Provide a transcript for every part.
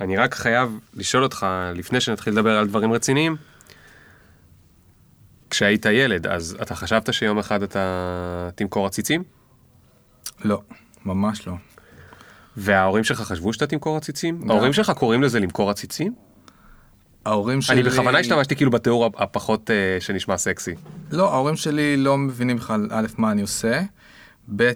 אני רק חייב לשאול אותך, לפני שנתחיל לדבר על דברים רציניים, כשהיית ילד, אז אתה חשבת שיום אחד אתה תמכור עציצים? לא, ממש לא. וההורים שלך חשבו שאתה תמכור עציצים? ההורים שלך קוראים לזה למכור עציצים? ההורים שלי... אני בכוונה השתמשתי כאילו בתיאור הפחות שנשמע סקסי. לא, ההורים שלי לא מבינים בכלל א' מה אני עושה, ב'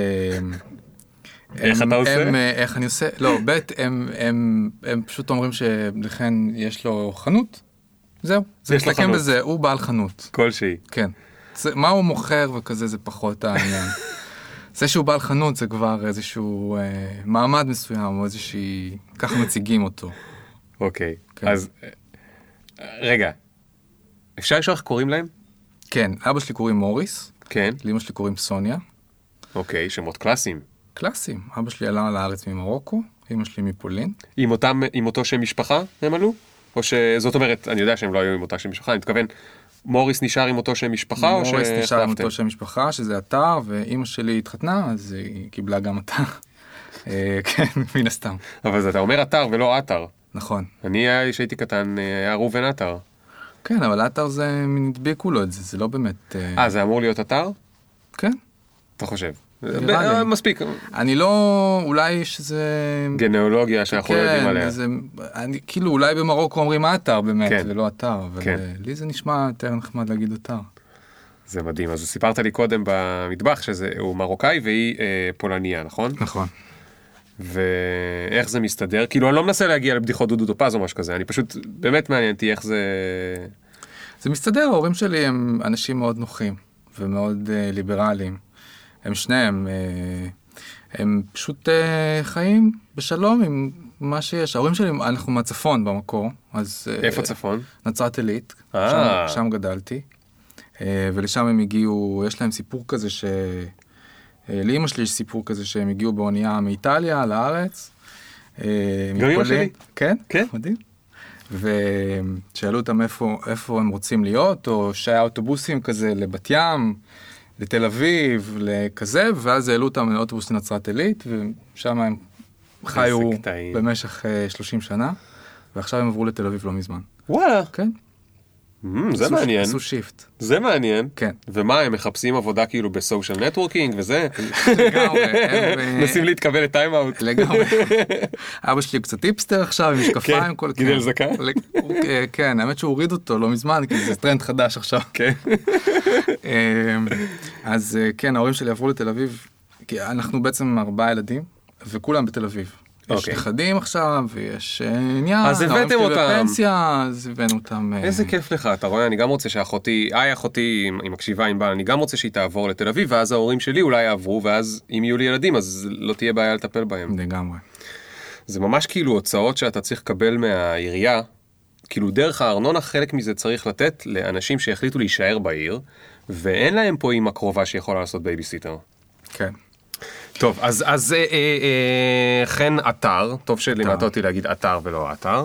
איך אתה עושה? איך אני עושה? לא, ב' הם פשוט אומרים שלכן יש לו חנות, זהו, זה מסתכם בזה, הוא בעל חנות. כלשהי. כן. מה הוא מוכר וכזה זה פחות העניין. זה שהוא בעל חנות זה כבר איזשהו מעמד מסוים, או איזושהי, ככה מציגים אותו. אוקיי, אז רגע, אפשר לשאול איך קוראים להם? כן, אבא שלי קוראים מוריס, כן. לאמא שלי קוראים סוניה. אוקיי, שמות קלאסיים. קלאסיים, אבא שלי עלה לארץ ממרוקו, אמא שלי מפולין. עם אותו שם משפחה הם עלו? או שזאת אומרת, אני יודע שהם לא היו עם אותה שם משפחה, אני מתכוון, מוריס נשאר עם אותו שם משפחה או שהחלפתם? מוריס נשאר עם אותו שם משפחה, שזה אתר, ואמא שלי התחתנה, אז היא קיבלה גם אתר. כן, מן הסתם. אבל אתה אומר אתר ולא אתר. נכון. אני, שהייתי קטן, היה ראובן אתר. כן, אבל אתר זה, נדביקו לו את זה, זה לא באמת... זה אמור להיות אתר? כן. אתה חושב? מספיק. אני לא, אולי שזה... גנאולוגיה שאנחנו יודעים עליה. אני, כאילו, אולי במרוקו אומרים אתר באמת, ולא אתר, אבל לי זה נשמע יותר נחמד להגיד אתר. זה מדהים. אז סיפרת לי קודם במטבח שהוא מרוקאי והיא פולניה, נכון? נכון. ואיך זה מסתדר? כאילו, אני לא מנסה להגיע לבדיחות דודו טופז או משהו כזה, אני פשוט, באמת מעניינתי איך זה... זה מסתדר, ההורים שלי הם אנשים מאוד נוחים ומאוד ליברליים. הם שניהם, הם פשוט חיים בשלום עם מה שיש. ההורים שלי, אנחנו מהצפון במקור, אז... איפה צפון? נצרת עילית, שם גדלתי. ולשם הם הגיעו, יש להם סיפור כזה לאמא שלי יש סיפור כזה שהם הגיעו באונייה מאיטליה לארץ. גם אמא שלי? כן? כן. מדהים. ושאלו אותם איפה הם רוצים להיות, או שהיה אוטובוסים כזה לבת ים, לתל אביב, לכזה, ואז העלו אותם לאוטובוס לנצרת עילית, ושם הם חיו במשך 30 שנה, ועכשיו הם עברו לתל אביב לא מזמן. וואלה. כן. זה מעניין. עשו שיפט. זה מעניין. כן. ומה, הם מחפשים עבודה כאילו בסושיאל נטוורקינג וזה? לגמרי. נסים להתקבל לטיים-אאוט. לגמרי. אבא שלי קצת טיפסטר עכשיו, עם משקפיים. גידל זקן? כן, האמת שהוא הוריד אותו לא מזמן, כי זה טרנד חדש עכשיו. כן. אז כן, ההורים שלי עברו לתל אביב, כי אנחנו בעצם 4 ילדים, וכולם בתל אביב. יש נכדים עכשיו, ויש עניין. אז הבאתם אותם. בפנסיה, אז הבאנו אותם. איזה כיף לך, אתה רואה, אני גם רוצה שאחותי, אחותי, היא מקשיבה עם בעל, אני גם רוצה שהיא תעבור לתל אביב, ואז ההורים שלי אולי יעברו, ואז אם יהיו לי ילדים, אז לא תהיה בעיה לטפל בהם. לגמרי. זה ממש כאילו הוצאות שאתה צריך לקבל מהעירייה, כאילו דרך הארנונה חלק מזה צריך לתת לאנשים שהחליטו להישאר בעיר, ואין להם פה עם הקרובה שיכולה לעשות בייביסיטר. כן. טוב, אז כן אתר, טוב שלימדת אותי להגיד אתר ולא אתר.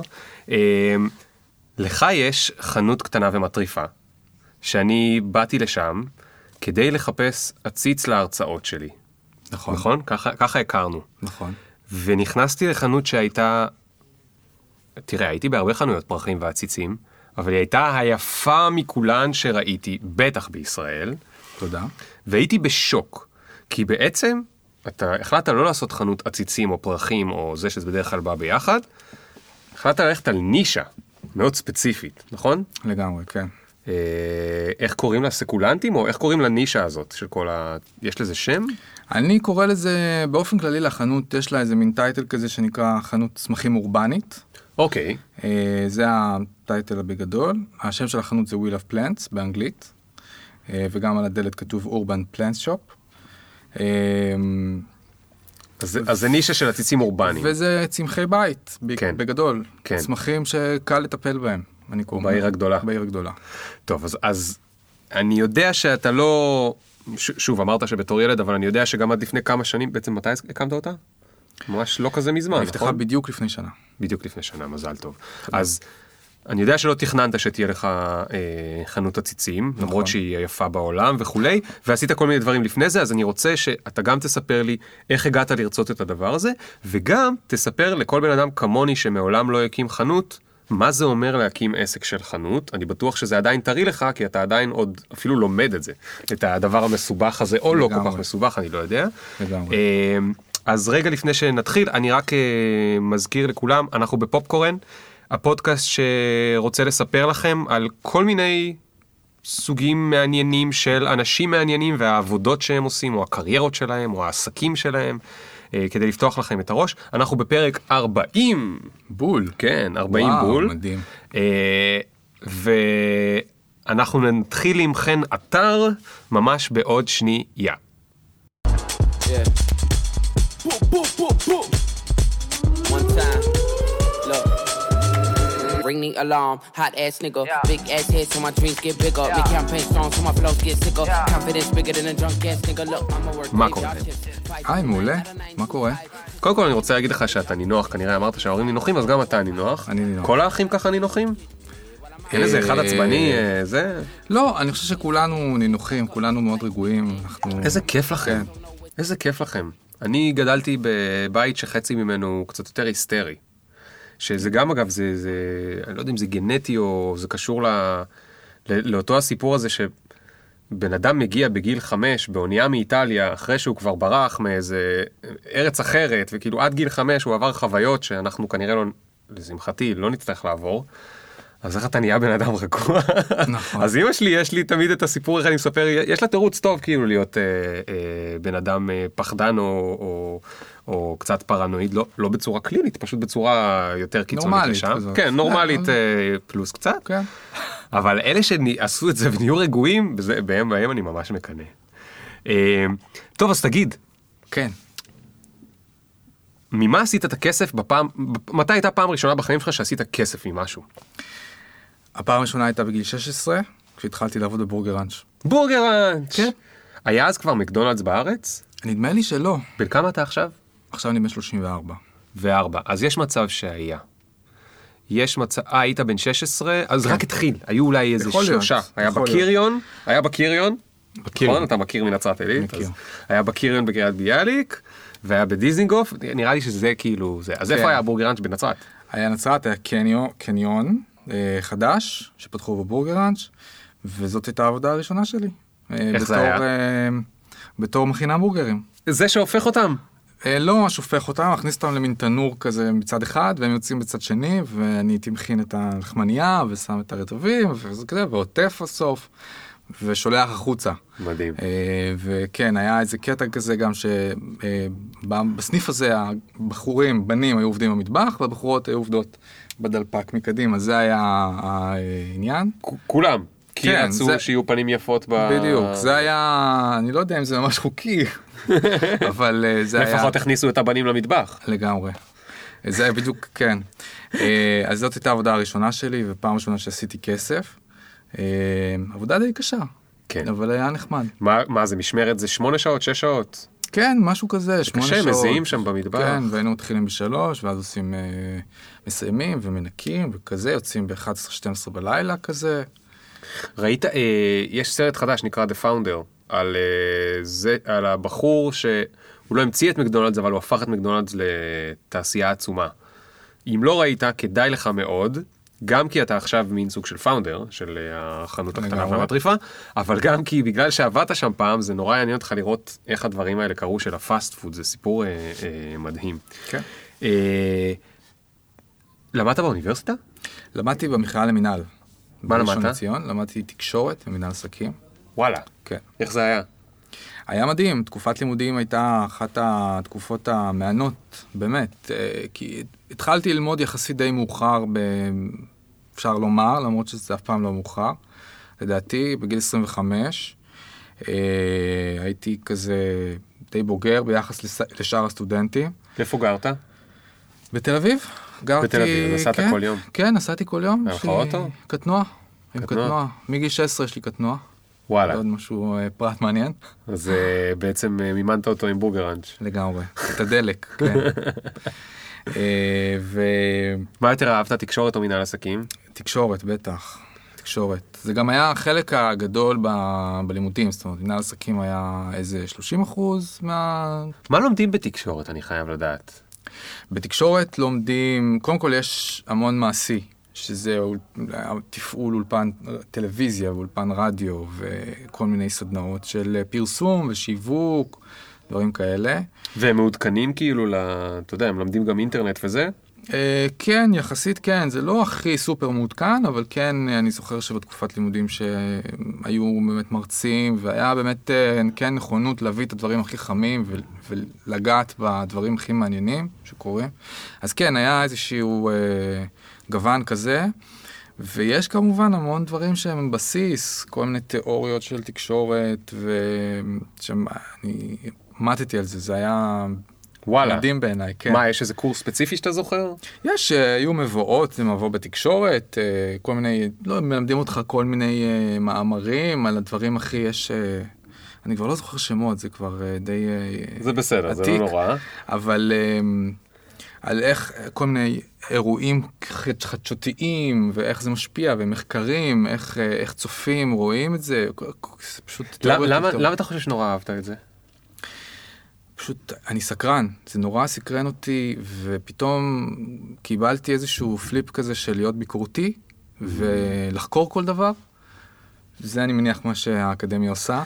לך יש חנות קטנה ומטריפה, שאני באתי לשם כדי לחפש עציץ להרצאות שלי. נכון. נכון? ככה הכרנו. נכון. ונכנסתי לחנות שהייתה, תראה, הייתי בהרבה חנויות פרחים ועציצים, אבל היא הייתה היפה מכולן שראיתי, בטח בישראל. תודה. והייתי בשוק, כי בעצם אתה החלטת לא לעשות חנות עציצים או פרחים או זה שזה בדרך כלל בא ביחד, החלטת ללכת על נישה מאוד ספציפית, נכון? לגמרי, כן. איך קוראים לה? סקולנטים או איך קוראים לנישה הזאת של כל יש לזה שם? אני קורא לזה, באופן כללי לחנות יש לה איזה מין טייטל כזה שנקרא חנות צמחים אורבנית. אוקיי. זה הטייטל בגדול. השם של החנות זה Wheel of Plants באנגלית, וגם על הדלת כתוב Urban Plants Shop. אז זה נישה של עציצים אורבניים. וזה צמחי בית, בגדול. צמחים שקל לטפל בהם. בעיר הגדולה. בעיר הגדולה. טוב, אז אני יודע שאתה לא... שוב, אמרת שבתור ילד, אבל אני יודע שגם עד לפני כמה שנים, בעצם מתי הקמת אותה? ממש לא כזה מזמן, נכון? נפתחה בדיוק לפני שנה. בדיוק לפני שנה, מזל טוב. אז אני יודע שלא תכננת שתהיה לך חנות הציצים, למרות שהיא יפה בעולם וכולי, ועשית כל מיני דברים לפני זה, אז אני רוצה שאתה גם תספר לי איך הגעת לרצות את הדבר הזה, וגם תספר לכל בן אדם כמוני שמעולם לא יקים חנות, מה זה אומר להקים עסק של חנות. אני בטוח שזה עדיין טרי לך, כי אתה עדיין עוד אפילו לומד את זה, את הדבר המסובך הזה, או לא כל כך מסובך, אני לא יודע. אז רגע לפני שנתחיל, אני רק מזכיר לכולם, אנחנו בפופקורן, הפודקאסט שרוצה לספר לכם על כל מיני סוגים מעניינים של אנשים מעניינים והעבודות שהם עושים, או הקריירות שלהם, או העסקים שלהם, כדי לפתוח לכם את הראש. אנחנו בפרק 40. בול. כן, 40 וואו, בול. מדהים. ואנחנו נתחיל עם חן אתר ממש בעוד שנייה. Yeah. Boom, boom, boom, boom. One time, look. Ring the alarm, hot ass nigga. Big ass head so my dreams get bigger. Big campaign strong so my flows get sicker. Confidence bigger than a drunk ass nigga. Look, I'm a work. מה קורה? היי, מעולה. מה קורה? קודם כל אני רוצה להגיד לך שאתה נינוח, כנראה אמרת שההורים נינוחים, אז גם אתה נינוח. אני נינוח. כל האחים ככה נינוחים? אין איזה אחד עצבני, זה? לא, אני חושב שכולנו נינוחים, כולנו מאוד רגועים. איזה כיף לכם. איזה כיף לכם. אני גדלתי בבית שחצי ממנו קצת יותר היסטרי. שזה גם אגב, אני לא יודע אם זה גנטי או זה קשור לאותו הסיפור הזה שבן אדם מגיע בגיל 5 באונייה מאיטליה, אחרי שהוא כבר ברח מאיזה ארץ אחרת, וכאילו עד גיל 5 הוא עבר חוויות שאנחנו כנראה לא, לשמחתי, לא נצטרך לעבור. אז איך אתה נהיה בן אדם רגוע? נכון. אז אמא שלי, יש לי תמיד את הסיפור, איך אני מספר, יש לה תירוץ טוב כאילו להיות בן אדם פחדן או קצת פרנואיד, לא בצורה קלינית, פשוט בצורה יותר קיצונית. נורמלית לשם. כזאת. כן, נורמלית פלוס קצת. כן. אבל אלה שעשו את זה ונהיו רגועים, בהם אני ממש מקנא. טוב, אז תגיד. כן. ממה עשית את הכסף מתי הייתה פעם ראשונה בחיים שלך שעשית כסף ממשהו? הפעם הראשונה הייתה בגיל 16, כשהתחלתי לעבוד בבורגר ראנץ'. בורגר ראנץ'! כן. היה אז כבר מקדונלדס בארץ? נדמה לי שלא. בן כמה אתה עכשיו? עכשיו אני בן 34. אז יש מצב שהיה. היית בן 16, אז רק התחיל. היו אולי איזה 3. היה בקיריון. נכון, אתה מכיר מנצרת עילית. היה בקיריון בקריית ביאליק, והיה בדיזינגוף. נראה לי שזה כאילו זה. אז איפה היה הבורגר ראנץ' בנצרת? היה נצרת, היה קניון חדש, שפתחו בבורגר ראנץ', וזאת הייתה העבודה הראשונה שלי. איך זה היה? בתור מכינה בורגרים. זה שהופך אותם? לא ממש הופך אותם, מכניס אותם למין תנור כזה מצד אחד, והם יוצאים בצד שני, ואני הייתי מכין את הלחמנייה, ושם את הרטבים, וזה כזה, ועוטף הסוף, ושולח החוצה. מדהים. וכן, היה איזה קטע כזה גם שבסניף הזה, הבחורים, בנים, היו עובדים במטבח, והבחורות היו עובדות בדלפק מקדימה, זה היה העניין. כולם. כי רצו שיהיו פנים יפות בדיוק, זה היה, אני לא יודע אם זה ממש חוקי, אבל זה היה... לפחות הכניסו את הבנים למטבח. לגמרי. זה היה בדיוק, כן. אז זאת הייתה העבודה הראשונה שלי, ופעם ראשונה שעשיתי כסף. עבודה די קשה, כן. אבל היה נחמד. מה זה, משמרת זה 8 שעות, 6 שעות? כן, משהו כזה, 8 שעות. קשה, מזיעים שם במטבח. כן, והיינו מתחילים ב3, ואז עושים, מסיימים ומנקים וכזה, יוצאים ב-11-12 בלילה כזה. ראית, יש סרט חדש נקרא The Founder, על הבחור שהוא לא המציא את מקדונלדס, אבל הוא הפך את מקדונלדס לתעשייה עצומה. אם לא ראית, כדאי לך מאוד, גם כי אתה עכשיו מין סוג של פאונדר, של החנות הקטנה והמטריפה, אבל גם כי בגלל שעבדת שם פעם, זה נורא יעניין אותך לראות איך הדברים האלה קרו של הפאסט פוד, זה סיפור מדהים. כן. למדת באוניברסיטה? למדתי במכללה למינהל. מה למדת? למדתי תקשורת ומינהל עסקים. וואלה. כן. איך זה היה? היה מדהים, תקופת לימודים הייתה אחת התקופות המענות, באמת, כי התחלתי ללמוד יחסית די מאוחר, אפשר לומר, למרות שזה אף פעם לא מאוחר. לדעתי, בגיל 25, הייתי כזה די בוגר ביחס לשאר הסטודנטים. איפה גרת? בתל אביב. בתל אביב, נסעת כל יום? כן, נסעתי כל יום. היה לך אוטו? קטנוע. עם קטנוע. מגיל 16 יש לי קטנוע. וואלה. עוד משהו פרט מעניין. אז בעצם מימנת אותו עם בורגר ראנץ'. לגמרי. את הדלק, כן. מה יותר אהבת, תקשורת או מנהל עסקים? תקשורת, בטח. תקשורת. זה גם היה החלק הגדול בלימודים, זאת אומרת, מנהל עסקים היה איזה 30% מה... מה לומדים בתקשורת, אני חייב לדעת? בתקשורת לומדים, קודם כל יש המון מעשי, שזה תפעול אולפן טלוויזיה ואולפן רדיו וכל מיני סדנאות של פרסום ושיווק, דברים כאלה. והם מעודכנים כאילו, אתה יודע, הם לומדים גם אינטרנט וזה? כן, יחסית כן, זה לא הכי סופר מעודכן, אבל כן, אני זוכר שבתקופת לימודים שהיו באמת מרצים, והיה באמת כן נכונות להביא את הדברים הכי חמים ולגעת בדברים הכי מעניינים שקורים. אז כן, היה איזשהו גוון כזה, ויש כמובן המון דברים שהם בסיס, כל מיני תיאוריות של תקשורת, ושאני מתתי על זה, זה היה... וואלה. מדהים בעיניי, כן. מה, יש איזה קורס ספציפי שאתה זוכר? יש, היו מבואות, זה מבוא בתקשורת, כל מיני, לא, מלמדים אותך כל מיני מאמרים על הדברים הכי, יש, אני כבר לא זוכר שמות, זה כבר די זה בסדר, עתיק, זה לא נורא. אבל על איך כל מיני אירועים חדשותיים, ואיך זה משפיע, ומחקרים, איך צופים, רואים את זה, זה פשוט... למה אתה חושב שנורא אהבת את זה? פשוט, אני סקרן, זה נורא סקרן אותי, ופתאום קיבלתי איזשהו פליפ כזה של להיות ביקורתי, ולחקור כל דבר. זה אני מניח מה שהאקדמיה עושה.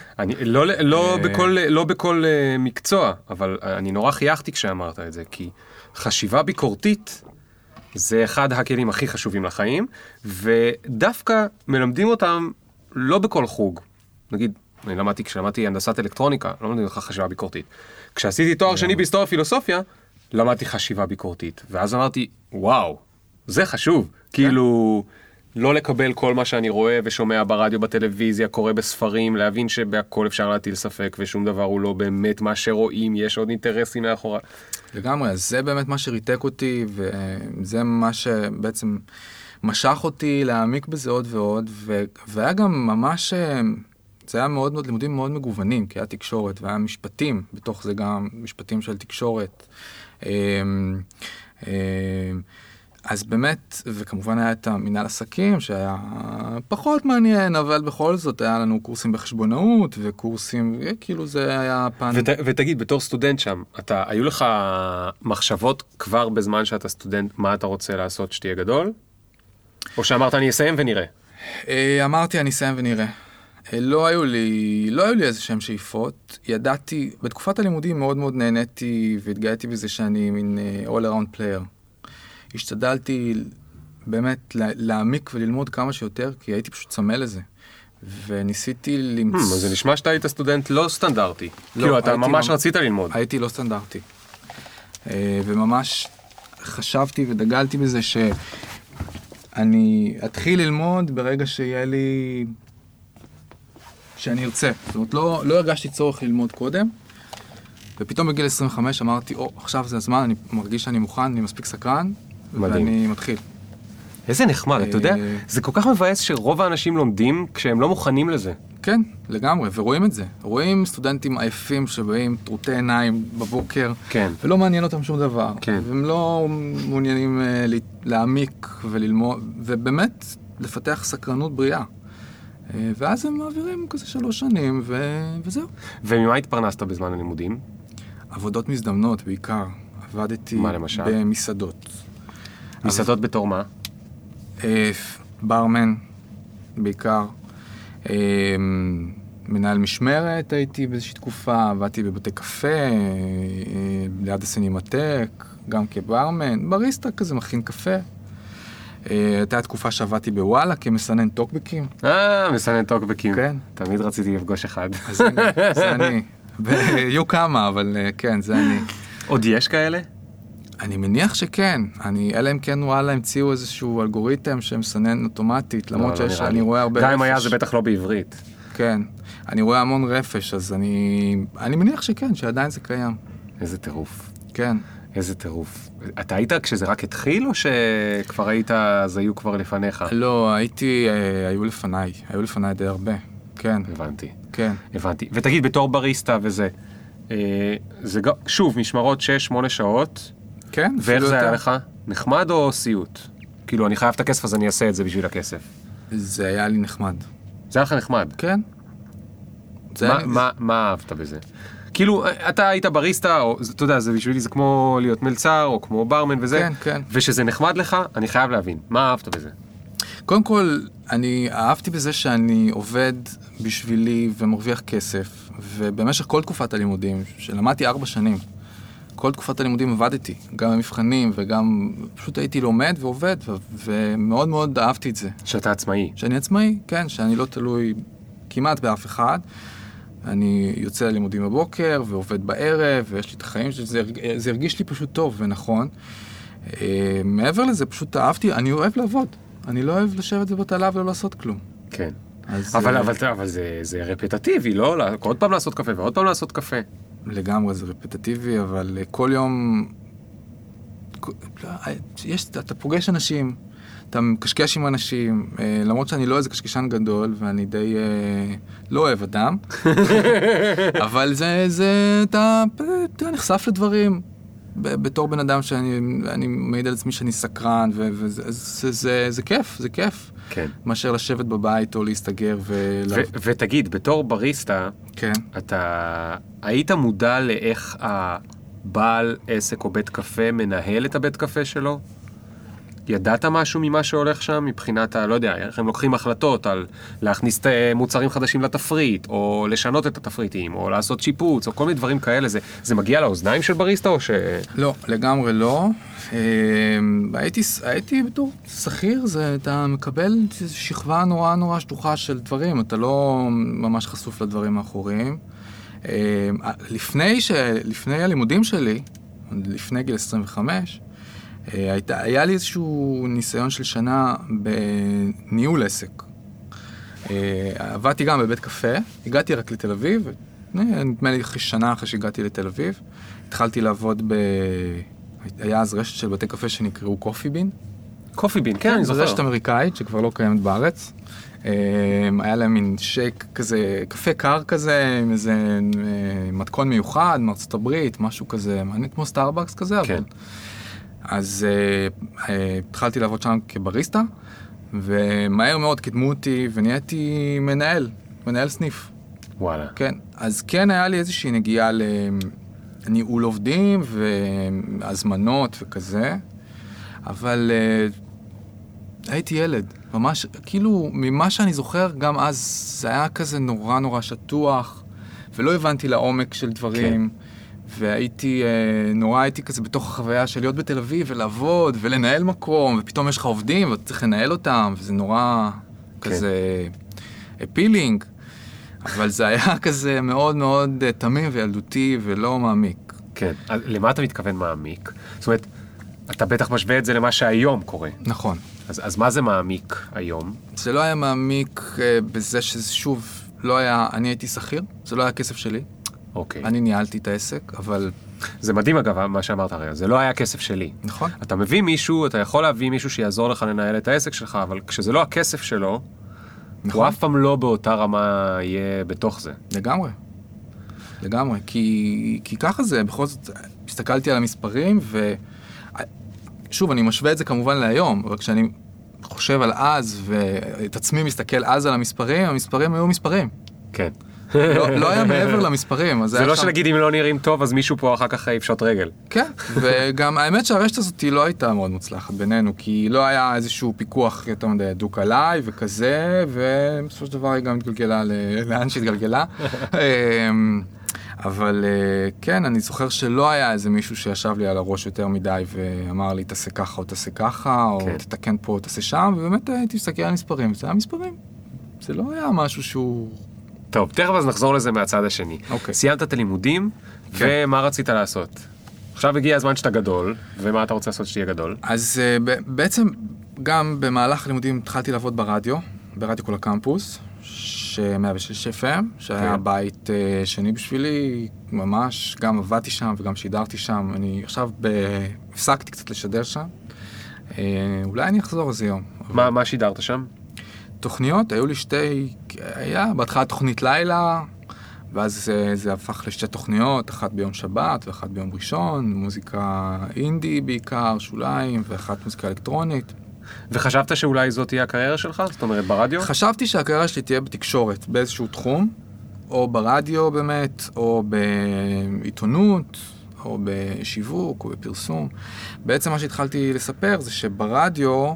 לא בכל מקצוע, אבל אני נורא חייכתי כשאמרת את זה, כי חשיבה ביקורתית זה אחד הכלים הכי חשובים לחיים, ודווקא מלמדים אותם לא בכל חוג. נגיד, כשלמדתי הנדסת אלקטרוניקה, לא מלמדים אותך חשיבה ביקורתית. כשעשיתי תואר שני בהיסטוריה ופילוסופיה, למדתי חשיבה ביקורתית. ואז אמרתי, וואו, זה חשוב. כאילו, לא לקבל כל מה שאני רואה ושומע ברדיו, בטלוויזיה, קורא בספרים, להבין שבהכל אפשר להטיל ספק, ושום דבר הוא לא באמת מה שרואים, יש עוד אינטרסים מאחורי. לגמרי, אז זה באמת מה שריתק אותי, וזה מה שבעצם משך אותי להעמיק בזה עוד ועוד, והיה גם ממש... זה היה מאוד לימודים מאוד מגוונים, כי היה תקשורת, והיה משפטים, בתוך זה גם משפטים של תקשורת. אז באמת, וכמובן היה את המנהל עסקים, שהיה פחות מעניין, אבל בכל זאת היה לנו קורסים בחשבונאות, וקורסים, כאילו זה היה פן... ותגיד, בתור סטודנט שם, היו לך מחשבות כבר בזמן שאתה סטודנט, מה אתה רוצה לעשות שתהיה גדול? או שאמרת, אני אסיים ונראה? אמרתי, אני אסיים ונראה. לא היו לי איזה שהם שאיפות. ידעתי, בתקופת הלימודים מאוד מאוד נהניתי והתגאיתי בזה שאני מין all around player. השתדלתי באמת להעמיק וללמוד כמה שיותר, כי הייתי פשוט צמא לזה. וניסיתי למצוא... זה נשמע שאתה היית סטודנט לא סטנדרטי. כאילו, אתה ממש רצית ללמוד. הייתי לא סטנדרטי. וממש חשבתי ודגלתי בזה שאני אתחיל ללמוד ברגע שיהיה לי... שאני ארצה. זאת אומרת, לא הרגשתי צורך ללמוד קודם, ופתאום בגיל 25 אמרתי, עכשיו זה הזמן, אני מרגיש שאני מוכן, אני מספיק סקרן, ואני מתחיל. איזה נחמד, אתה יודע, זה כל כך מבאס שרוב האנשים לומדים כשהם לא מוכנים לזה. כן, לגמרי, ורואים את זה. רואים סטודנטים עייפים שבאים טרוטי עיניים בבוקר, ולא מעניין אותם שום דבר. והם לא מעוניינים להעמיק וללמוד, ובאמת לפתח סקרנות בריאה. ואז הם מעבירים כזה 3 שנים, וזהו. וממה התפרנסת בזמן הלימודים? עבודות מזדמנות בעיקר. עבדתי במסעדות. מסעדות בתור מה? ברמן בעיקר. מנהל משמרת הייתי באיזושהי תקופה, עבדתי בבתי קפה, ליד הסינמטק, גם כברמן. בריסטה כזה מכין קפה. הייתה תקופה שעבדתי בוואלה כמסנן טוקבקים. מסנן טוקבקים. כן. תמיד רציתי לפגוש אחד. אז הנה, זה אני. היו כמה, אבל כן, זה אני. עוד יש כאלה? אני מניח שכן. אלא אם כן וואלה המציאו איזשהו אלגוריתם שמסנן אוטומטית, למרות שאני רואה הרבה רפש. גם אם היה זה בטח לא בעברית. כן. אני רואה המון רפש, אז אני מניח שכן, שעדיין זה קיים. איזה טירוף. כן. איזה טירוף. אתה היית כשזה רק התחיל, או שכבר היית, אז היו כבר לפניך? לא, היו לפניי די הרבה, כן. הבנתי. כן. הבנתי. ותגיד, בתור בריסטה וזה, זה שוב, משמרות 6-8 שעות, כן. ואיך זה היה לך? נחמד או סיוט? כאילו, אני חייב את הכסף, אז אני אעשה את זה בשביל הכסף. זה היה לי נחמד. זה היה לך נחמד? כן. מה אהבת בזה? כאילו, אתה היית בריסטה, או, אתה יודע, זה בשבילי, זה כמו להיות מלצר, או כמו ברמן וזה. כן, כן. ושזה נחמד לך, אני חייב להבין. מה אהבת בזה? קודם כל, אני אהבתי בזה שאני עובד בשבילי ומרוויח כסף, ובמשך כל תקופת הלימודים, שלמדתי 4 שנים, כל תקופת הלימודים עבדתי, גם במבחנים וגם פשוט הייתי לומד ועובד, ומאוד מאוד אהבתי את זה. שאתה עצמאי. שאני עצמאי, כן, שאני לא תלוי כמעט באף אחד. אני יוצא ללימודים בבוקר ועובד בערב, ויש לי את החיים זה הרגיש לי פשוט טוב ונכון. מעבר לזה, פשוט אהבתי, אני אוהב לעבוד. אני לא אוהב לשבת בבטלה ולא לעשות כלום. כן. אבל זה רפטטיבי, לא? עוד פעם לעשות קפה ועוד פעם לעשות קפה. לגמרי זה רפטטיבי, אבל כל יום אתה פוגש אנשים, אתה מקשקש עם אנשים, למרות שאני לא איזה קשקשן גדול, ואני די לא אוהב אדם, אבל אתה נחשף לדברים, בתור בן אדם שאני מעיד על עצמי שאני סקרן, וזה כיף, זה כיף. כן. מאשר לשבת בבית או להסתגר ותגיד, בתור בריסטה, כן. אתה היית מודע לאיך הבעל עסק או בית קפה מנהל את הבית קפה שלו? ידעת משהו ממה שהולך שם מבחינת, לא יודע, איך הם לוקחים החלטות על להכניס מוצרים חדשים לתפריט, או לשנות את התפריטים, או לעשות שיפוץ, או כל מיני דברים כאלה. זה מגיע לאוזניים של בריסטה או ש... לא, לגמרי לא. הייתי בתור שכיר, אתה מקבל שכבה נורא נורא שטוחה של דברים, אתה לא ממש חשוף לדברים האחוריים. לפני הלימודים שלי, לפני גיל 25, היה לי איזשהו ניסיון של שנה בניהול עסק. עבדתי גם בבית קפה, הגעתי רק לתל אביב, נדמה לי שנה אחרי שהגעתי לתל אביב, התחלתי לעבוד היה אז רשת של בתי קפה שנקראו קופי בין. קופי בין, כן, אני זוכר. זו רשת אמריקאית שכבר לא קיימת בארץ. היה להם מין שייק כזה, קפה קר כזה, עם איזה מתכון מיוחד, מארצות הברית, משהו כזה, מעניין כמו סטארבקס כזה, כן. אבל... אז התחלתי לעבוד שם כבריסטה, ומהר מאוד קידמו אותי ונהייתי מנהל סניף. וואלה. כן, אז כן היה לי איזושהי נגיעה לניהול עובדים והזמנות וכזה, אבל הייתי ילד, ממש, כאילו ממה שאני זוכר גם אז זה היה כזה נורא נורא שטוח, ולא הבנתי לעומק של דברים. כן. והייתי כזה בתוך החוויה של להיות בתל אביב ולעבוד ולנהל מקום, ופתאום יש לך עובדים ואתה צריך לנהל אותם, וזה נורא כזה אפילינג, אבל זה היה כזה מאוד מאוד תמים וילדותי ולא מעמיק. כן, למה אתה מתכוון מעמיק? זאת אומרת, אתה בטח משווה את זה למה שהיום קורה. נכון. אז מה זה מעמיק היום? זה לא היה מעמיק בזה שזה שוב לא היה, אני הייתי שכיר, זה לא היה כסף שלי. אוקיי. אני ניהלתי את העסק, אבל... זה מדהים אגב, מה שאמרת הרי, זה לא היה כסף שלי. נכון. אתה מביא מישהו, אתה יכול להביא מישהו שיעזור לך לנהל את העסק שלך, אבל כשזה לא הכסף שלו, נכון. הוא אף פעם לא באותה רמה יהיה בתוך זה. לגמרי, כי ככה זה, בכל זאת, הסתכלתי על המספרים, שוב, אני משווה את זה כמובן להיום, אבל כשאני חושב על אז, ואת עצמי מסתכל אז על המספרים היו מספרים. כן. לא היה מעבר למספרים. זה לא שנגיד אם לא נראים טוב, אז מישהו פה אחר כך יפשוט רגל. כן, וגם האמת שהרשת הזאת לא הייתה מאוד מוצלחת בינינו, כי לא היה איזשהו פיקוח יותר מדי דוק עליי וכזה, ובסופו של דבר היא גם התגלגלה לאן שהתגלגלה. אבל כן, אני זוכר שלא היה איזה מישהו שישב לי על הראש יותר מדי ואמר לי, תעשה ככה או תעשה ככה, או תתקן פה או תעשה שם, ובאמת הייתי מסתכל על מספרים, זה היה מספרים. זה לא היה משהו שהוא... טוב, תכף אז נחזור לזה מהצד השני. אוקיי. סיימת את הלימודים, ומה רצית לעשות? עכשיו הגיע הזמן שאתה גדול, ומה אתה רוצה לעשות שתהיה גדול? אז בעצם גם במהלך הלימודים התחלתי לעבוד ברדיו כל הקמפוס, 106 FM, שהיה בית שני בשבילי, ממש, גם עבדתי שם וגם שידרתי שם. אני עכשיו הפסקתי קצת לשדר שם. אולי אני אחזור איזה יום. מה שידרת שם? תוכניות, היו לי היה בהתחלה תוכנית לילה, ואז זה הפך לשתי תוכניות, אחת ביום שבת ואחת ביום ראשון, מוזיקה אינדי בעיקר, שוליים, ואחת מוזיקה אלקטרונית. וחשבת שאולי זאת תהיה הקריירה שלך? זאת אומרת, ברדיו? חשבתי שהקריירה שלי תהיה בתקשורת, באיזשהו תחום, או ברדיו באמת, או בעיתונות, או בשיווק, או בפרסום. בעצם מה שהתחלתי לספר זה שברדיו,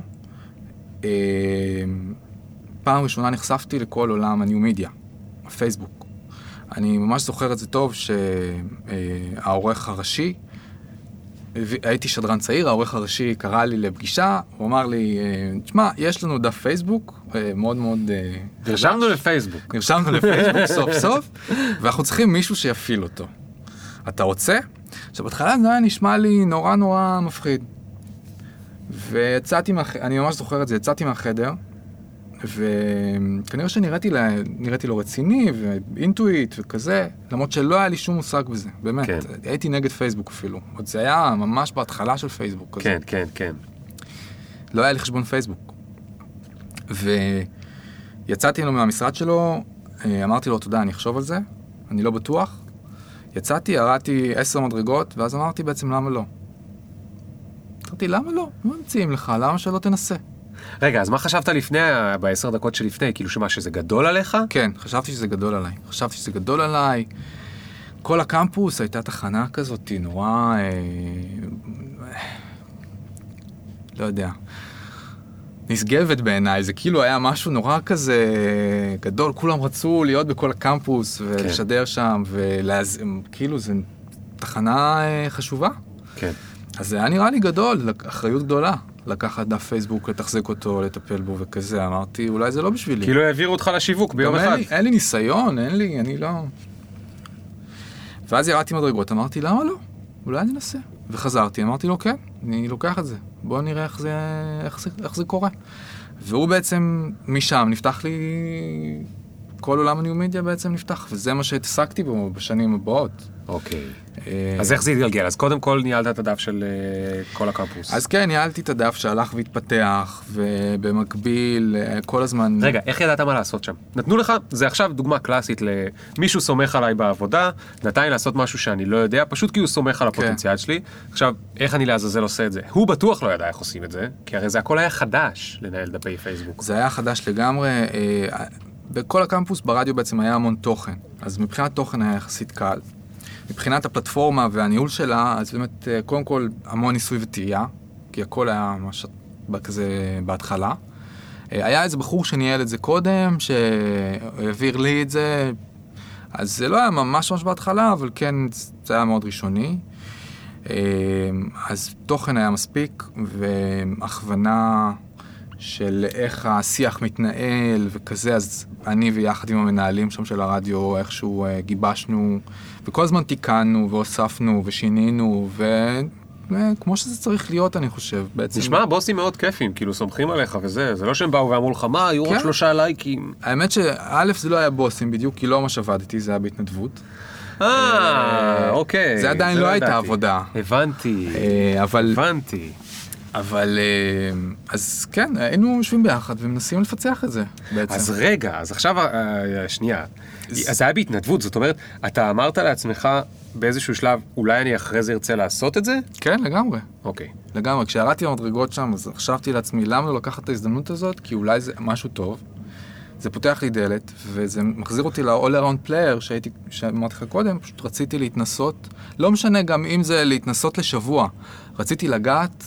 פעם ראשונה נחשפתי לכל עולם הניו-מדיה, הפייסבוק. אני ממש זוכר את זה טוב שהעורך הראשי, הייתי שדרן צעיר, העורך הראשי קרא לי לפגישה, הוא אמר לי, תשמע, יש לנו דף פייסבוק, מאוד מאוד... נרשמנו לפייסבוק. נרשמנו לפייסבוק סוף סוף, ואנחנו צריכים מישהו שיפיל אותו. אתה רוצה? עכשיו, בהתחלה זה היה נשמע לי נורא נורא מפחיד. ויצאתי אני ממש זוכר את זה, יצאתי מהחדר, וכנראה שנראיתי לו רציני ואינטואיט וכזה, למרות שלא היה לי שום מושג בזה, באמת. כן. הייתי נגד פייסבוק אפילו. עוד זה היה ממש בהתחלה של פייסבוק כזה. כן, כן, כן. לא היה לי חשבון פייסבוק. ויצאתי לו מהמשרד שלו, אמרתי לו, תודה, אני אחשוב על זה, אני לא בטוח. יצאתי, הראתי 10 מדרגות, ואז אמרתי בעצם למה לא. אמרתי, למה לא? מה מציעים לך? למה שלא תנסה? רגע, אז מה חשבת לפני, ב10 דקות שלפני? כאילו שמה, שזה גדול עליך? כן, חשבתי שזה גדול עליי. חשבתי שזה גדול עליי. כל הקמפוס הייתה תחנה כזאת, נורא... לא יודע. נשגבת בעיניי. זה כאילו היה משהו נורא כזה גדול. כולם רצו להיות בכל הקמפוס ולשדר שם, כאילו זה תחנה חשובה. כן. אז זה היה נראה לי גדול, אחריות גדולה. לקחת דף פייסבוק, לתחזק אותו, לטפל בו וכזה. אמרתי, אולי זה לא בשבילי. כאילו העבירו אותך לשיווק ביום אחד. אין לי ניסיון, אני לא... ואז ירדתי מדרגות, אמרתי, למה לא? אולי ננסה. וחזרתי, אמרתי לו, כן, אני לוקח את זה. בוא נראה איך זה קורה. והוא בעצם, משם, נפתח לי... כל עולם הניו-מדיה בעצם נפתח, וזה מה שהתעסקתי בו בשנים הבאות. אוקיי. אז איך זה התגלגל? אז קודם כל ניהלת את הדף של כל הקמפוס. אז כן, ניהלתי את הדף שהלך והתפתח, ובמקביל כל הזמן... רגע, איך ידעת מה לעשות שם? נתנו לך, זה עכשיו דוגמה קלאסית למישהו סומך עליי בעבודה, נתן לי לעשות משהו שאני לא יודע, פשוט כי הוא סומך על הפוטנציאל שלי. עכשיו, איך אני לעזאזל עושה את זה? הוא בטוח לא ידע איך עושים את זה, כי הרי זה הכל היה חדש לנהל דפי פייסבוק. זה היה חדש לגמרי. בכל הקמפוס ברדיו בעצם היה המון תוכן, אז מבחינת תוכן היה יחסית קל. מבחינת הפלטפורמה והניהול שלה, אז באמת קודם כל המון ניסוי וטעייה, כי הכל היה ממש כזה בהתחלה. היה איזה בחור שניהל את זה קודם, שהעביר לי את זה, אז זה לא היה ממש בהתחלה, אבל כן זה היה מאוד ראשוני. אז תוכן היה מספיק, והכוונה... של איך השיח מתנהל וכזה, אז אני ויחד עם המנהלים שם של הרדיו, איכשהו גיבשנו, וכל הזמן תיקנו והוספנו ושינינו, וכמו שזה צריך להיות, אני חושב, בעצם. נשמע, בוסים מאוד כיפים, כאילו סומכים עליך וזה, זה לא שהם באו ואמרו לך, מה, היו רק 3 לייקים. האמת שא' זה לא היה בוסים בדיוק, כי לא ממש עבדתי, זה היה בהתנדבות. אוקיי. זה עדיין לא הייתה עבודה. הבנתי. אבל, אז כן, היינו יושבים ביחד ומנסים לפצח את זה בעצם. אז רגע, אז עכשיו, שנייה, אז זה היה בהתנדבות, זאת אומרת, אתה אמרת לעצמך באיזשהו שלב, אולי אני אחרי זה ארצה לעשות את זה? כן, לגמרי. אוקיי. לגמרי, כשירדתי במדרגות שם, אז חשבתי לעצמי, למה לא לקחת את ההזדמנות הזאת? כי אולי זה משהו טוב, זה פותח לי דלת, וזה מחזיר אותי ל-all around player שאמרתי לך קודם, פשוט רציתי להתנסות, לא משנה גם אם זה להתנסות לשבוע, רציתי לגעת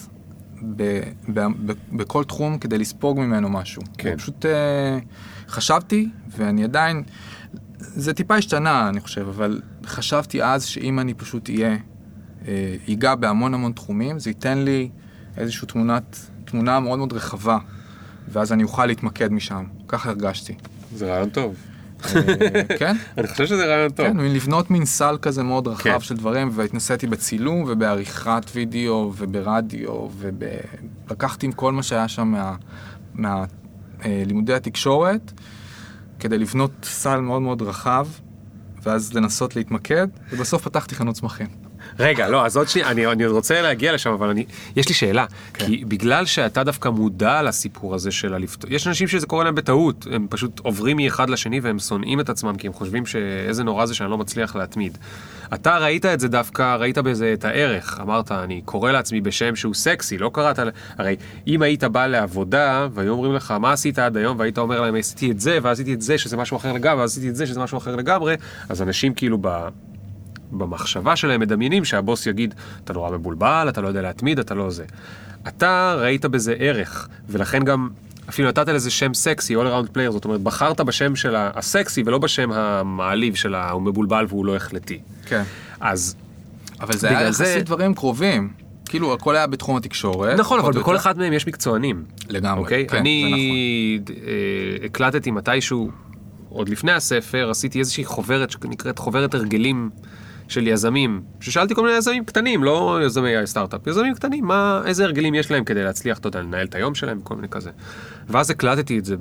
בכל תחום כדי לספוג ממנו משהו. כן. פשוט חשבתי, ואני עדיין, זה טיפה השתנה, אני חושב, אבל חשבתי אז שאם אני פשוט ייגע בהמון תחומים, זה ייתן לי איזושהי תמונה מאוד מאוד רחבה, ואז אני אוכל להתמקד משם. ככה הרגשתי. זה רעיון טוב. כן? אני חושב שזה רעיון טוב. כן, לבנות מין סל כזה מאוד רחב של דברים, והתנסיתי בצילום ובעריכת וידאו וברדיו, ולקחתי עם כל מה שהיה שם מהלימודי התקשורת, כדי לבנות סל מאוד מאוד רחב, ואז לנסות להתמקד, ובסוף פתחתי חנות צמחים. רגע, לא, אז עוד שנייה, אני עוד רוצה להגיע לשם, אבל יש לי שאלה, כי בגלל שאתה דווקא מודע לסיפור הזה של הלפתור, יש אנשים שזה קורה להם בטעות, הם פשוט עוברים מאחד לשני והם שונאים את עצמם, כי הם חושבים שאיזה נורא זה שאני לא מצליח להתמיד. אתה ראית את זה דווקא, ראית בזה את הערך, אמרת, אני קורא לעצמי בשם שהוא סקסי, לא קראת, הרי אם היית בא לעבודה, והיו אומרים לך, מה עשית עד היום, והיית אומר להם, עשיתי את זה, ועשיתי את זה, שזה משהו אחר לגמרי, ועשיתי את זה, שזה משהו אחר לגמרי, אז אנשים כאילו במחשבה שלהם מדמיינים שהבוס יגיד, אתה נורא מבולבל, אתה לא יודע להתמיד, אתה לא זה. אתה ראית בזה ערך, ולכן גם אפילו נתת לזה שם סקסי, all around player, זאת אומרת, בחרת בשם של הסקסי, ולא בשם המעליב של הוא מבולבל והוא לא החלטי. כן. אז אבל זה היה יחסית דברים קרובים. כאילו, הכל היה בתחום התקשורת. נכון, אבל בכל אחד מהם יש מקצוענים. לגמרי, כן, זה נכון. אני הקלטתי מתישהו, עוד לפני הספר, עשיתי איזושהי חוברת שנקראת חוברת הרגלים של יזמים, ששאלתי כל מיני יזמים קטנים, לא יזמי סטארט-אפ, יזמים קטנים, איזה הרגלים יש להם כדי להצליח, אתה יודע, לנהל את היום שלהם, כל מיני כזה. ואז הקלטתי את זה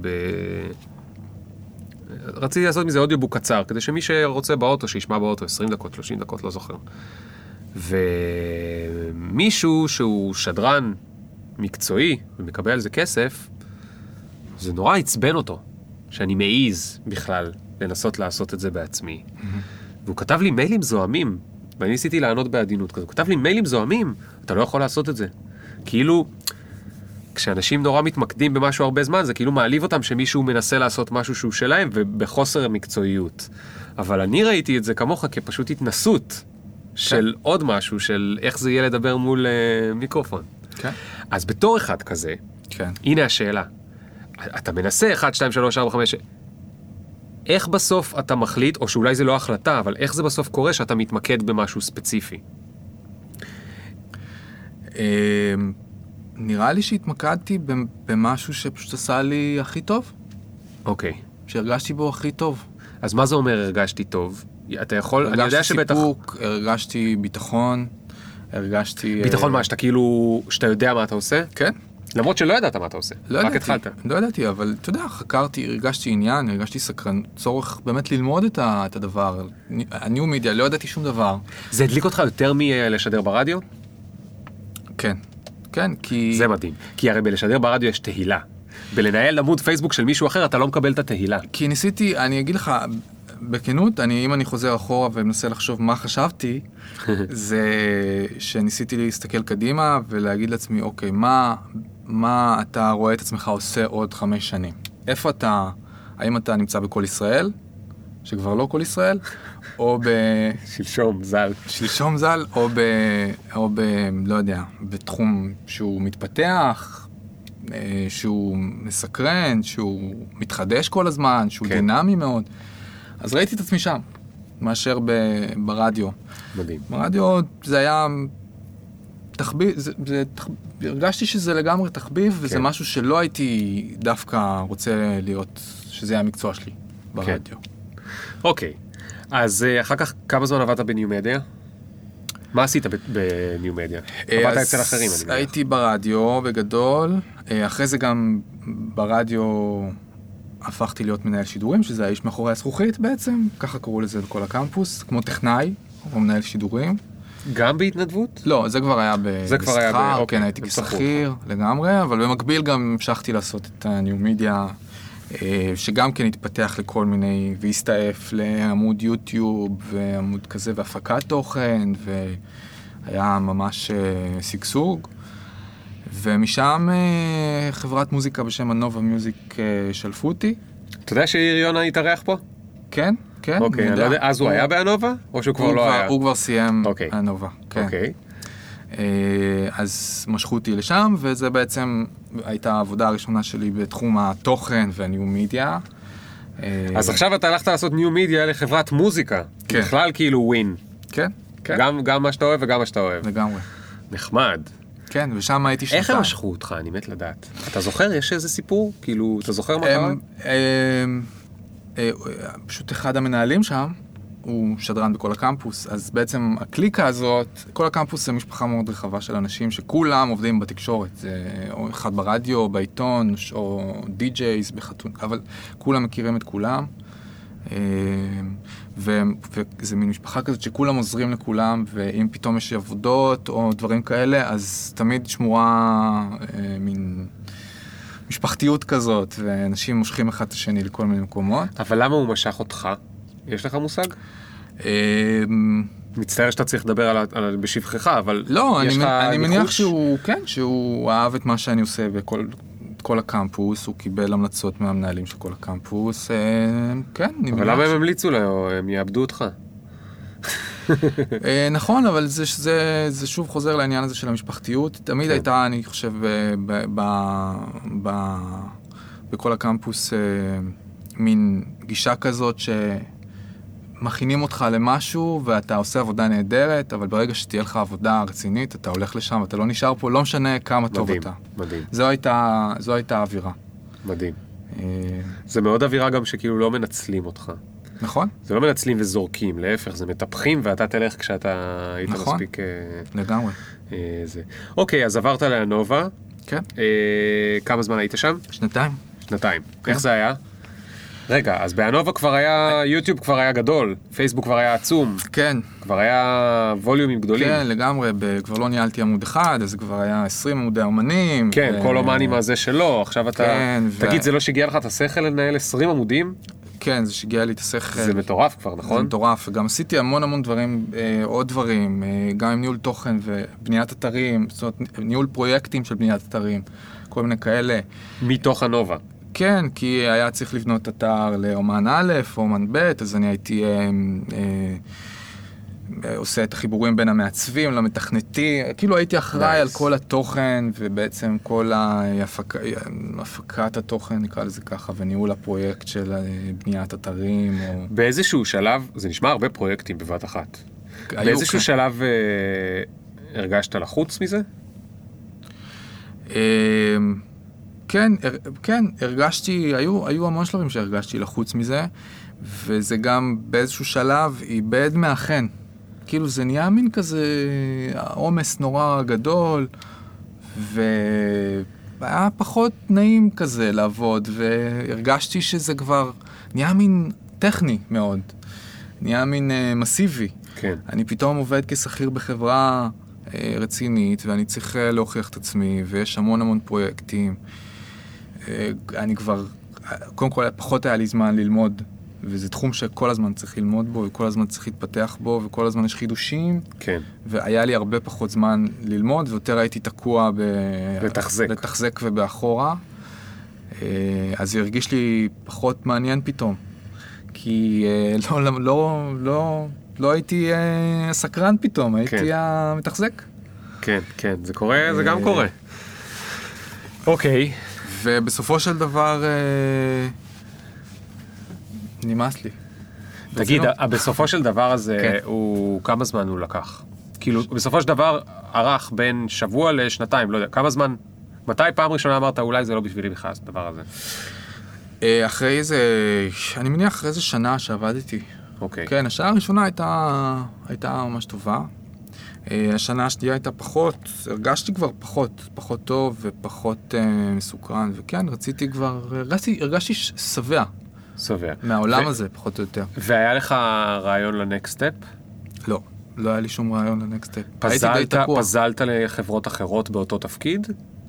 רציתי לעשות מזה אודיובוק קצר, כדי שמי שרוצה באוטו, שישמע באוטו 20 דקות, 30 דקות, לא זוכר. ומישהו שהוא שדרן מקצועי, ומקבל על זה כסף, זה נורא עצבן אותו, שאני מעיז בכלל לנסות לעשות את זה בעצמי. והוא כתב לי מיילים זוהמים, ואני ניסיתי לענות בעדינות כזו. הוא כתב לי מיילים זוהמים, אתה לא יכול לעשות את זה. כאילו, כשאנשים נורא מתמקדים במשהו הרבה זמן, זה כאילו מעליב אותם שמישהו מנסה לעשות משהו שהוא שלהם, ובחוסר המקצועיות. אבל אני ראיתי את זה כמוך כפשוט התנסות של עוד משהו, של איך זה יהיה לדבר מול מיקרופון. אז בתור אחד כזה, הנה השאלה. אתה מנסה 1, 2, 3, 4, 5... איך בסוף אתה מחליט, או שאולי זה לא החלטה, אבל איך זה בסוף קורה שאתה מתמקד במשהו ספציפי? נראה לי שהתמקדתי במשהו שפשוט עשה לי הכי טוב. אוקיי. שהרגשתי בו הכי טוב. אז מה זה אומר הרגשתי טוב? אתה יכול, אני יודע שבטח... הרגשתי סיפוק, הרגשתי ביטחון, הרגשתי... ביטחון מה, שאתה כאילו, שאתה יודע מה אתה עושה? כן. למרות שלא ידעת מה אתה עושה, רק התחלת. לא ידעתי, אבל אתה יודע, חקרתי, הרגשתי עניין, הרגשתי סקרן, צורך באמת ללמוד את הדבר. הניו מדיה, לא ידעתי שום דבר. זה הדליק אותך יותר מלשדר ברדיו? כן, כן, כי... זה מדהים, כי הרי בלשדר ברדיו יש תהילה. בלנהל עמוד פייסבוק של מישהו אחר, אתה לא מקבל את התהילה. כי ניסיתי, אני אגיד לך, בכנות, אם אני חוזר אחורה ומנסה לחשוב מה חשבתי, זה שניסיתי להסתכל קדימה ולהגיד לעצמי, אוקיי, מה אתה רואה את עצמך עושה עוד 5 שנים? איפה אתה, האם אתה נמצא בכל ישראל, שכבר לא כל ישראל, או שלשום זל, או לא יודע, בתחום שהוא מתפתח, שהוא מסקרן, שהוא מתחדש כל הזמן, שהוא דינמי מאוד. אז ראיתי את עצמי שם, מאשר ברדיו. מדהים. ברדיו זה היה תחביב, הרגשתי שזה לגמרי תחביב, וזה משהו שלא הייתי דווקא רוצה להיות, שזה היה המקצוע שלי ברדיו. אוקיי, אז אחר כך כמה זמן עבדת בניו מדיה? מה עשית בניו מדיה? עבדת אצל אחרים, אני מניח. הייתי ברדיו בגדול, אחרי זה גם ברדיו הפכתי להיות מנהל שידורים, שזה האיש מאחורי הזכוכית בעצם, ככה קראו לזה בכל הקמפוס, כמו טכנאי, או מנהל שידורים. גם בהתנדבות? לא, זה כבר היה בשכר, כן, הייתי כשכיר לגמרי, אבל במקביל גם המשכתי לעשות את הניו מדיה, שגם כן התפתח לכל מיני, והסתעף לעמוד יוטיוב, ועמוד כזה, והפקת תוכן, והיה ממש סגסוג. ומשם חברת מוזיקה בשם הנובה מיוזיק שלפו אותי. אתה יודע שיאיר יונה התארח פה? כן, כן. אוקיי, אני לא יודע, אז הוא היה בהנובה? או שהוא כבר לא היה? הוא כבר סיים הנובה, כן. אוקיי. אז משכו אותי לשם, וזה בעצם הייתה העבודה הראשונה שלי בתחום התוכן והניו מדיה. אז עכשיו אתה הלכת לעשות ניו מדיה לחברת מוזיקה. כן. בכלל כאילו ווין. כן, כן. גם מה שאתה אוהב וגם מה שאתה אוהב. לגמרי. נחמד. כן, ושם הייתי שנתיים. איך הם משכו אותך? אני מת לדעת. אתה זוכר? יש איזה סיפור? כאילו, אתה זוכר מה קרה? פשוט אחד המנהלים שם, הוא שדרן בכל הקמפוס, אז בעצם הקליקה הזאת, כל הקמפוס זה משפחה מאוד רחבה של אנשים שכולם עובדים בתקשורת, זה או אחד ברדיו, או בעיתון, או די-ג'ייז בחתון, אבל כולם מכירים את כולם, וזה מין משפחה כזאת שכולם עוזרים לכולם, ואם פתאום יש עבודות או דברים כאלה, אז תמיד שמורה מין משפחתיות כזאת, ואנשים מושכים אחד את השני לכל מיני מקומות. אבל למה הוא משך אותך? יש לך מושג? מצטער שאתה צריך לדבר על בשבחך, אבל לא, אני מניח שהוא, כן, שהוא אהב את מה שאני עושה בכל הקמפוס, הוא קיבל המלצות מהמנהלים של כל הקמפוס, כן. אבל למה הם המליצו לו? הם יאבדו אותך. נכון, אבל זה שוב חוזר לעניין הזה של המשפחתיות. תמיד הייתה, אני חושב, בכל הקמפוס מין גישה כזאת מכינים אותך למשהו, ואתה עושה עבודה נהדרת, אבל ברגע שתהיה לך עבודה רצינית, אתה הולך לשם, אתה לא נשאר פה, לא משנה כמה טוב אתה. מדהים. זו הייתה האווירה. מדהים. זה מאוד אווירה גם שכאילו לא מנצלים אותך. נכון. זה לא מנצלים וזורקים, להפך, זה מטפחים, ואתה תלך כשאתה היית מספיק... לגמרי. אוקיי, אז עברת לאנובה. כן. כמה זמן היית שם? 2 שנתיים. איך זה היה? רגע, אז באנובה כבר היה, יוטיוב כבר היה גדול, פייסבוק כבר היה עצום. כן. כבר היה ווליומים גדולים. כן, לגמרי, כבר לא ניהלתי עמוד אחד, אז כבר היה 20 עמודי אומנים. כן, כל אומנים הזה שלו, עכשיו אתה... כן, תגיד, זה לא שהגיע לך את השכל לנהל 20 עמודים? כן, זה שהגיע לי את השכל. זה מטורף כבר, נכון? זה מטורף, וגם עשיתי המון דברים, עוד דברים, גם עם ניהול תוכן ובניית אתרים, זאת אומרת, ניהול פרויקטים של בניית אתרים, כל מיני כאלה. מתוך אנובה. כן, כי היה צריך לבנות אתר לאומן א', אומן ב', אז אני הייתי עושה את החיבורים בין המעצבים למתכנתי, כאילו הייתי אחראי על כל התוכן, ובעצם כל הפקת התוכן, נקרא לזה ככה, וניהול הפרויקט של בניית אתרים. באיזשהו שלב, זה נשמע הרבה פרויקטים בבת אחת. באיזשהו שלב הרגשת לחוץ מזה? כן, הרגשתי, היו המון שלבים שהרגשתי לחוץ מזה, וזה גם באיזשהו שלב איבד מהחן. כאילו זה נהיה מין כזה עומס נורא גדול, והיה פחות נעים כזה לעבוד, והרגשתי שזה כבר נהיה מין טכני מאוד, נהיה מין מסיבי. כן. אני פתאום עובד כשכיר בחברה רצינית, ואני צריך להוכיח את עצמי, ויש המון פרויקטים. אני כבר, קודם כל פחות היה לי זמן ללמוד, וזה תחום שכל הזמן צריך ללמוד בו, וכל הזמן צריך להתפתח בו, וכל הזמן יש חידושים. כן. והיה לי הרבה פחות זמן ללמוד, ויותר הייתי תקוע לתחזק ובאחורה. אז זה הרגיש לי פחות מעניין פתאום. כי לא הייתי סקרן פתאום, הייתי המתחזק. כן, זה קורה, זה גם קורה. אוקיי. ובסופו של דבר נמאס לי. תגיד, בסופו של דבר הזה, כמה זמן הוא לקח? כאילו, בסופו של דבר ערך בין שבוע לשנתיים, לא יודע, כמה זמן, מתי פעם ראשונה אמרת, אולי זה לא בשבילי בכלל, הדבר הזה? אחרי אני מניח אחרי איזה שנה שעבדתי. אוקיי. כן, השנה הראשונה הייתה ממש טובה. השנה השנייה הייתה פחות, הרגשתי כבר פחות טוב ופחות מסוקרן, וכן, הרגשתי שבע. מהעולם הזה, פחות או יותר. והיה לך רעיון לנקסט סטפ? לא היה לי שום רעיון לנקסט סטפ. פזלת לחברות אחרות באותו תפקיד?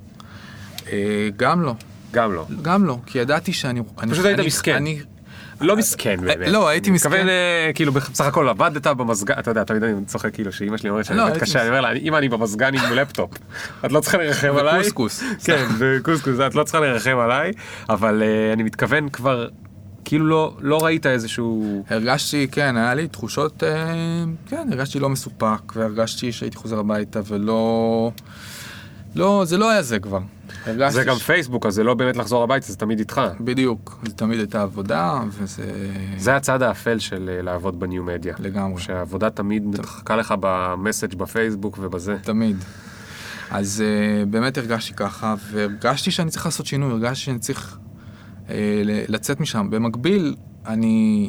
גם לא. גם לא, כי ידעתי שאני... פשוט היית מסכן. לא מסכן באמת. לא, הייתי מסכן. מתכוון, כאילו, בסך הכל עבדת במזגן, אתה יודע, תמיד אני צוחק כאילו, שאמא שלי אומרת שאני עובד קשה, אני אומר לה, אם אני במזגן עם לפטופ, את לא צריכה לרחם עליי. וקוסקוס. כן, וקוסקוס, את לא צריכה לרחם עליי, אבל אני מתכוון כבר, כאילו לא ראית איזשהו... הרגשתי, כן, היה לי תחושות, כן, הרגשתי לא מסופק, והרגשתי שהייתי חוזר הביתה, ולא... לא, זה לא היה זה כבר. זה גם פייסבוק, אז זה לא באמת לחזור הביתה, זה תמיד איתך. בדיוק, זה תמיד הייתה עבודה, וזה... זה הצד האפל של לעבוד בניו מדיה. לגמרי. שהעבודה תמיד מתחכה לך במסאג' בפייסבוק ובזה. תמיד. אז באמת הרגשתי ככה, והרגשתי שאני צריך לעשות שינוי, הרגשתי שאני צריך לצאת משם. במקביל, אני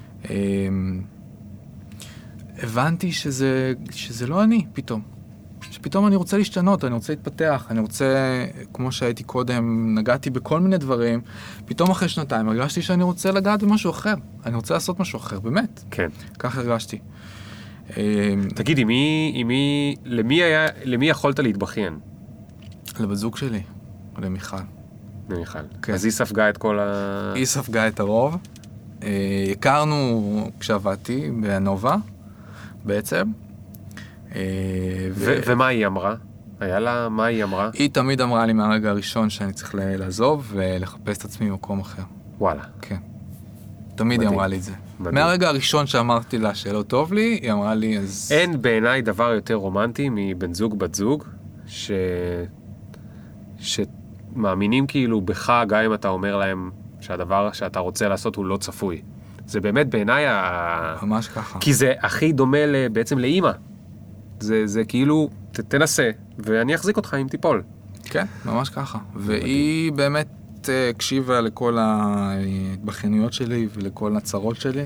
הבנתי שזה לא אני פתאום. שפתאום אני רוצה להשתנות, אני רוצה להתפתח, אני רוצה, כמו שהייתי קודם, נגעתי בכל מיני דברים, פתאום אחרי שנתיים הרגשתי שאני רוצה לגעת במשהו אחר, אני רוצה לעשות משהו אחר, באמת. כן. כך הרגשתי. תגיד, למי יכולת להתבכיין? לבת זוג שלי, למיכל. למיכל. כן. אז היא ספגה את כל ה... היא ספגה את הרוב. הכרנו כשעבדתי בנובה, בעצם. ומה היא אמרה? היה לה, מה היא אמרה? היא תמיד אמרה לי מהרגע הראשון שאני צריך לעזוב ולחפש את עצמי במקום אחר. וואלה. כן. תמיד היא אמרה לי את זה. מדהים. מהרגע הראשון שאמרתי לה שלא טוב לי, היא אמרה לי אז... אין בעיניי דבר יותר רומנטי מבן זוג בת זוג, שמאמינים כאילו בך, גם אם אתה אומר להם שהדבר שאתה רוצה לעשות הוא לא צפוי. זה באמת בעיניי ממש ככה. כי זה הכי דומה בעצם לאמא. זה כאילו, תנסה, ואני אחזיק אותך אם תיפול. כן, ממש ככה. והיא באמת הקשיבה לכל ההתבכיינויות שלי ולכל הצרות שלי.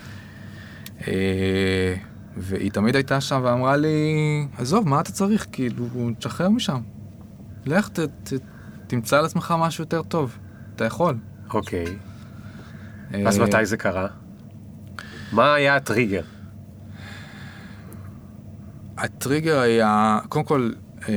והיא תמיד הייתה שם ואמרה לי, עזוב, מה אתה צריך? כאילו, תשחרר משם. לך, תמצא על עצמך משהו יותר טוב. אתה יכול. אוקיי. אז מתי זה קרה? מה היה הטריגר? הטריגר היה, קודם כל,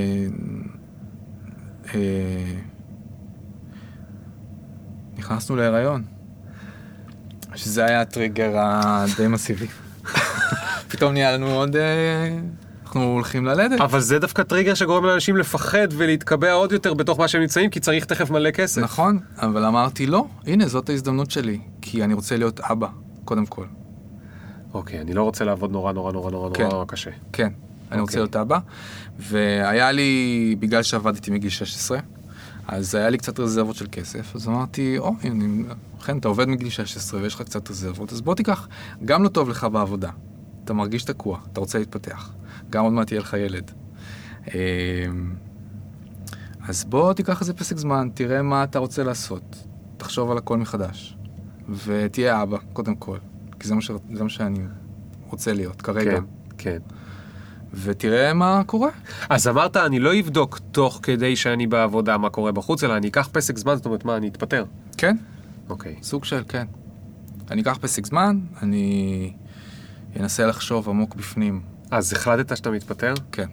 נכנסנו להיריון. שזה היה הטריגר הדי מסיבי. פתאום נהיה לנו עוד... אנחנו הולכים ללדת. אבל זה דווקא טריגר שגורם לאנשים לפחד ולהתקבע עוד יותר בתוך מה שהם נמצאים, כי צריך תכף מלא כסף. נכון, אבל אמרתי לא, הנה זאת ההזדמנות שלי, כי אני רוצה להיות אבא, קודם כל. אוקיי, אני לא רוצה לעבוד נורא נורא נורא נורא נורא קשה. כן, אני רוצה להיות אבא, והיה לי, בגלל שעבדתי מגיל 16, אז היה לי קצת רזרבות של כסף, אז אמרתי, לכן אתה עובד מגיל 16 ויש לך קצת רזרבות, אז בוא תיקח, גם לא טוב לך בעבודה, אתה מרגיש תקוע, אתה רוצה להתפתח, גם עוד מעט יהיה לך ילד. אז בוא תיקח איזה פסק זמן, תראה מה אתה רוצה לעשות, תחשוב על הכל מחדש, ותהיה אבא, קודם כל, כי זה מה שאני רוצה להיות, כרגע. כן, כן. ותראה מה קורה. אז אמרת, אני לא אבדוק תוך כדי שאני בעבודה מה קורה בחוץ, אלא אני אקח פסק זמן, זאת אומרת, מה, אני אתפטר? כן. אוקיי. סוג של, כן. אני אקח פסק זמן, אני אנסה לחשוב עמוק בפנים. אז החלטת שאתה מתפטר? כן.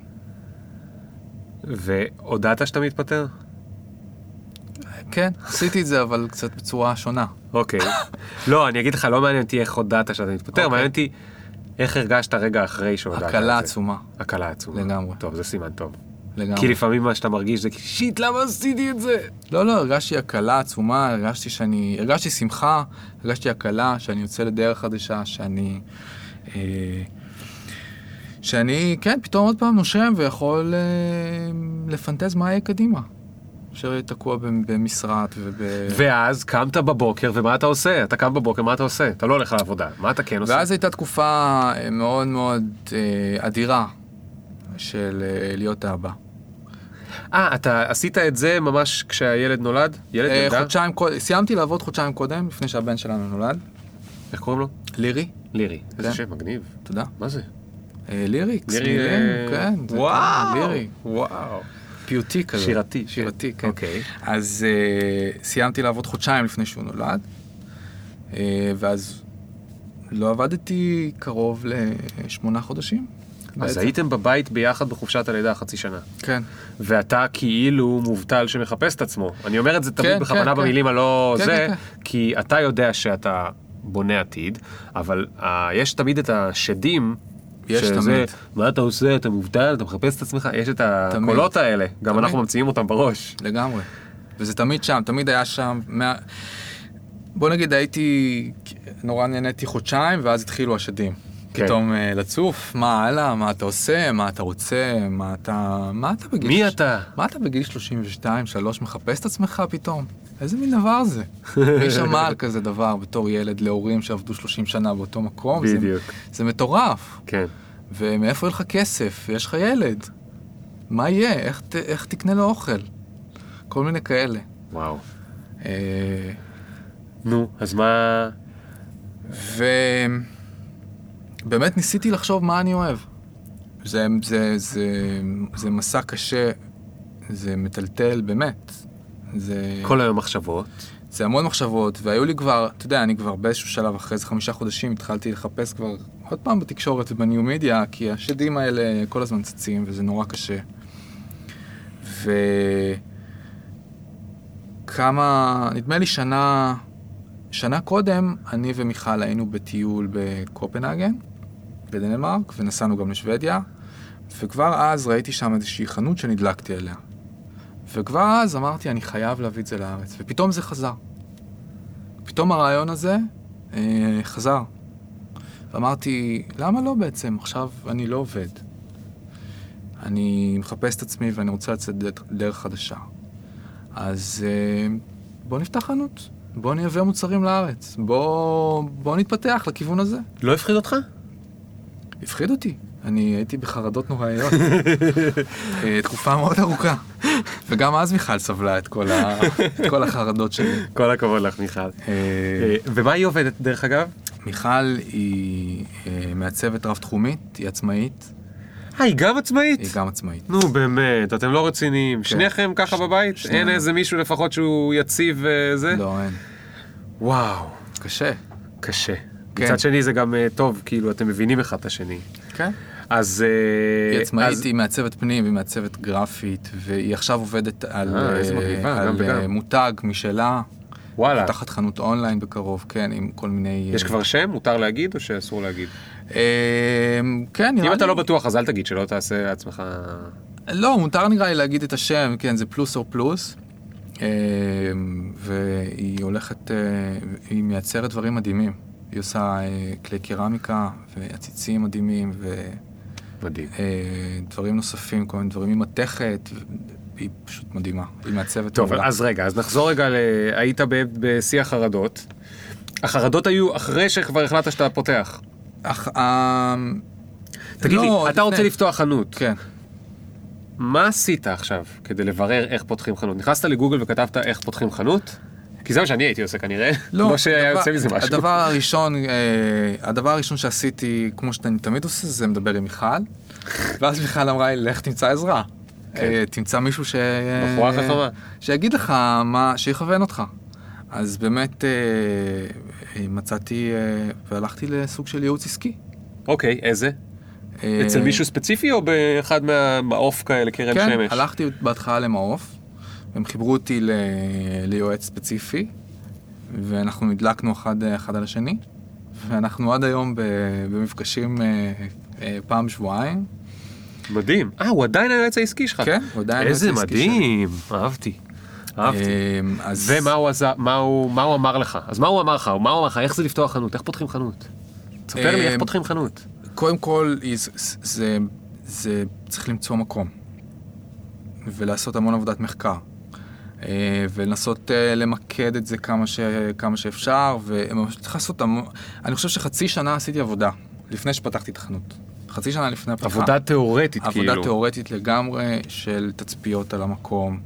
והודעת שאתה מתפטר? כן, עשיתי את זה, אבל קצת בצורה שונה. אוקיי. לא, אני אגיד לך, לא מעניין אותי איך הודעת שאתה מתפטר, מעניין אותי איך הרגשת רגע אחרי שהודעת את זה. הקלה עצומה. הקלה עצומה. לגמרי. טוב, זה סימן טוב. לגמרי. כי לפעמים מה שאתה מרגיש זה שיט, למה עשיתי את זה? לא, הרגשתי הקלה עצומה, הרגשתי שמחה, הרגשתי הקלה, שאני יוצא לדרך חדשה, שאני, כן, פתאום עוד פעם נושם ויכול לפנטז מה יהיה קדימה. אשר תקוע במשרד ואז קמת בבוקר, ומה אתה עושה? אתה קם בבוקר, מה אתה עושה? אתה לא הולך לעבודה. מה אתה כן עושה? ואז הייתה תקופה מאוד מאוד אדירה של להיות אבא. אתה עשית את זה ממש כשהילד נולד? ילד ילדה? חודשיים קודם, סיימתי לעבוד חודשיים קודם, לפני שהבן שלנו נולד. איך קוראים לו? לירי. לירי. איזה שם מגניב. תודה. מה זה? לירי. לירי, כן. וואו. לירי. וואו. פיוטי כזה. שירתי, כן. אוקיי. אז סיימתי לעבוד חודשיים לפני שהוא נולד, ואז לא עבדתי קרוב ל8 חודשים. אז הייתם בבית ביחד בחופשת הלידה חצי שנה. כן. ואתה כאילו מובטל שמחפש את עצמו. אני אומר את זה תמיד בכוונה במילים הלא זה, כי אתה יודע שאתה בונה עתיד, אבל יש תמיד את השדים, יש תמיד. מה אתה עושה? אתה מובטל, אתה מחפש את עצמך, יש את הקולות האלה, גם אנחנו ממציאים אותם בראש. לגמרי. וזה תמיד שם, תמיד היה שם. בוא נגיד, נורא נהניתי חודשיים, ואז התחילו השדים. פתאום לצוף, מה הלאה, מה אתה עושה, מה אתה רוצה, מה אתה בגיל... מי אתה? מה אתה בגיל 32, 3 מחפש את עצמך פתאום? איזה מין דבר זה? מי שמע על כזה דבר בתור ילד להורים שעבדו 30 שנה באותו מקום? בדיוק. זה מטורף. כן. ומאיפה יהיה לך כסף? יש לך ילד. מה יהיה? איך תקנה לו אוכל? כל מיני כאלה. וואו. נו, אז מה... באמת ניסיתי לחשוב מה אני אוהב. זה מסע קשה, זה מטלטל באמת. כל היום מחשבות. זה המון מחשבות, והיו לי כבר, אתה יודע, אני כבר באיזשהו שלב אחרי זה 5 חודשים התחלתי לחפש כבר עוד פעם בתקשורת ובניו מדיה, כי השדים האלה כל הזמן צצים, וזה נורא קשה. וכמה, נדמה לי שנה קודם, אני ומיכל היינו בטיול בקופנהגן, בדנמרק, ונסענו גם לשוודיה, וכבר אז ראיתי שם איזושהי חנות שנדלקתי עליה. וכבר אז אמרתי, אני חייב להביא את זה לארץ. ופתאום זה חזר. פתאום הרעיון הזה חזר. ואמרתי, למה לא בעצם? עכשיו אני לא עובד. אני מחפש את עצמי ואני רוצה לצאת דרך חדשה. אז בוא נפתח חנות. בוא נייבא מוצרים לארץ. בוא נתפתח לכיוון הזה. לא הפחיד אותך? הפחיד אותי. אני הייתי בחרדות נוראיות. תקופה מאוד ארוכה. וגם אז מיכל סבלה את כל החרדות שלי. כל הכבוד לך, מיכל. ומה היא עובדת, דרך אגב? מיכל היא מעצבת רב-תחומית, היא עצמאית. היא גם עצמאית? היא גם עצמאית. נו, באמת, אתם לא רציניים. שניכם ככה בבית? אין איזה מישהו לפחות שהוא יציב וזה? לא, אין. וואו. קשה. קשה. מצד שני זה גם טוב, כאילו, אתם מבינים אחד את השני. כן. אז... היא עצמאית, היא מעצבת פנים, היא מעצבת גרפית, והיא עכשיו עובדת על מותג משלה. וואלה. תחת חנות אונליין בקרוב, כן, עם כל מיני... יש כבר שם? מותר להגיד או שאסור להגיד? כן, אם אתה לא בטוח, אז אל תגיד שלא תעשה לעצמך... לא, מותר נראה לי להגיד את השם, כן, זה פלוס או פלוס. והיא הולכת, היא מייצרת דברים מדהימים. היא עושה כלי קרמיקה ועציצים מדהימים ודברים נוספים, כל מיני דברים עם מתכת, היא פשוט מדהימה, היא מעצבת. טוב, אז רגע, אז נחזור רגע, היית בשיא החרדות. החרדות היו אחרי שכבר החלטת שאתה פותח. תגיד לי, אתה רוצה לפתוח חנות. כן. מה עשית עכשיו כדי לברר איך פותחים חנות? נכנסת לגוגל וכתבת איך פותחים חנות? כי זה מה שאני הייתי עושה כנראה, לא שהיה יוצא מזה משהו. הדבר הראשון שעשיתי, כמו שאני תמיד עושה, זה מדבר עם מיכל, ואז מיכל אמרה לי, לך תמצא עזרה. תמצא מישהו בחורה חכמה. שיגיד לך שיכוון אותך. אז באמת מצאתי והלכתי לסוג של ייעוץ עסקי. אוקיי, איזה? אצל מישהו ספציפי או באחד מהמעוף כאלה, קרן שמש? כן, הלכתי בהתחלה למעוף. הם חיברו אותי ליועץ ספציפי, ואנחנו נדלקנו אחד על השני, ואנחנו עד היום במפגשים פעם שבועיים. מדהים. הוא עדיין היועץ העסקי שלך. כן, הוא עדיין היועץ העסקי שלי. איזה מדהים, אהבתי. ומה הוא אמר לך? אז מה הוא אמר לך? מה הוא אמר לך? איך זה לפתוח חנות? איך פותחים חנות? תספר לי איך פותחים חנות. קודם כל, זה צריך למצוא מקום, ולעשות המון עבודת מחקר. ולנסות למקד את זה כמה שאפשר, וצריך לעשות אני חושב שחצי שנה עשיתי עבודה, לפני שפתחתי את החנות. חצי שנה לפני הפתיחה. עבודה תיאורטית, כאילו. עבודה תיאורטית לגמרי של תצפיות על המקום.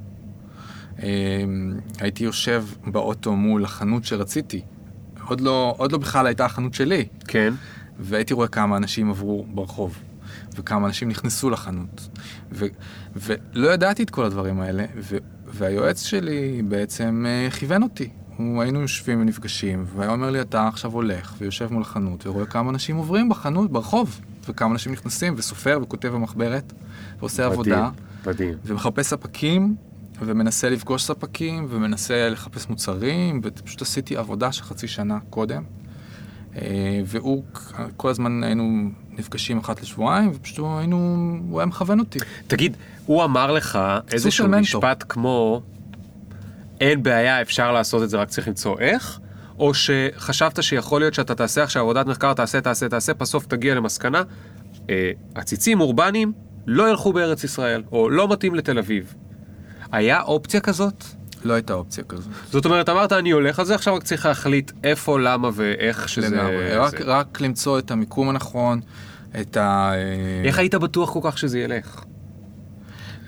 הייתי יושב באוטו מול החנות שרציתי. עוד לא בכלל הייתה החנות שלי. כן. והייתי רואה כמה אנשים עברו ברחוב, וכמה אנשים נכנסו לחנות. ולא ידעתי את כל הדברים האלה, והיועץ שלי בעצם כיוון אותי. היינו יושבים ונפגשים, והיה אומר לי, אתה עכשיו הולך ויושב מול החנות, ורואה כמה אנשים עוברים בחנות, ברחוב, וכמה אנשים נכנסים, וסופר וכותב במחברת, ועושה עבודה, ומחפש ספקים, ומנסה לפגוש ספקים, ומנסה לחפש מוצרים, ופשוט עשיתי עבודה של חצי שנה קודם, והוא, כל הזמן היינו נפגשים אחת לשבועיים, ופשוט הוא היה מכוון אותי. תגיד, הוא אמר לך איזשהו משפט כמו, אין בעיה, אפשר לעשות את זה, רק צריך למצוא איך? או שחשבת שיכול להיות שאתה תעשה עכשיו עבודת מחקר, תעשה, בסוף תגיע למסקנה, הציצים אורבניים לא ילכו בארץ ישראל, או לא מתאים לתל אביב. היה אופציה כזאת? לא הייתה אופציה כזאת. זאת אומרת, אמרת, אני הולך על זה, עכשיו רק צריך להחליט איפה, למה ואיך שזה... רק למצוא את המיקום הנכון, איך היית בטוח כל כך שזה ילך?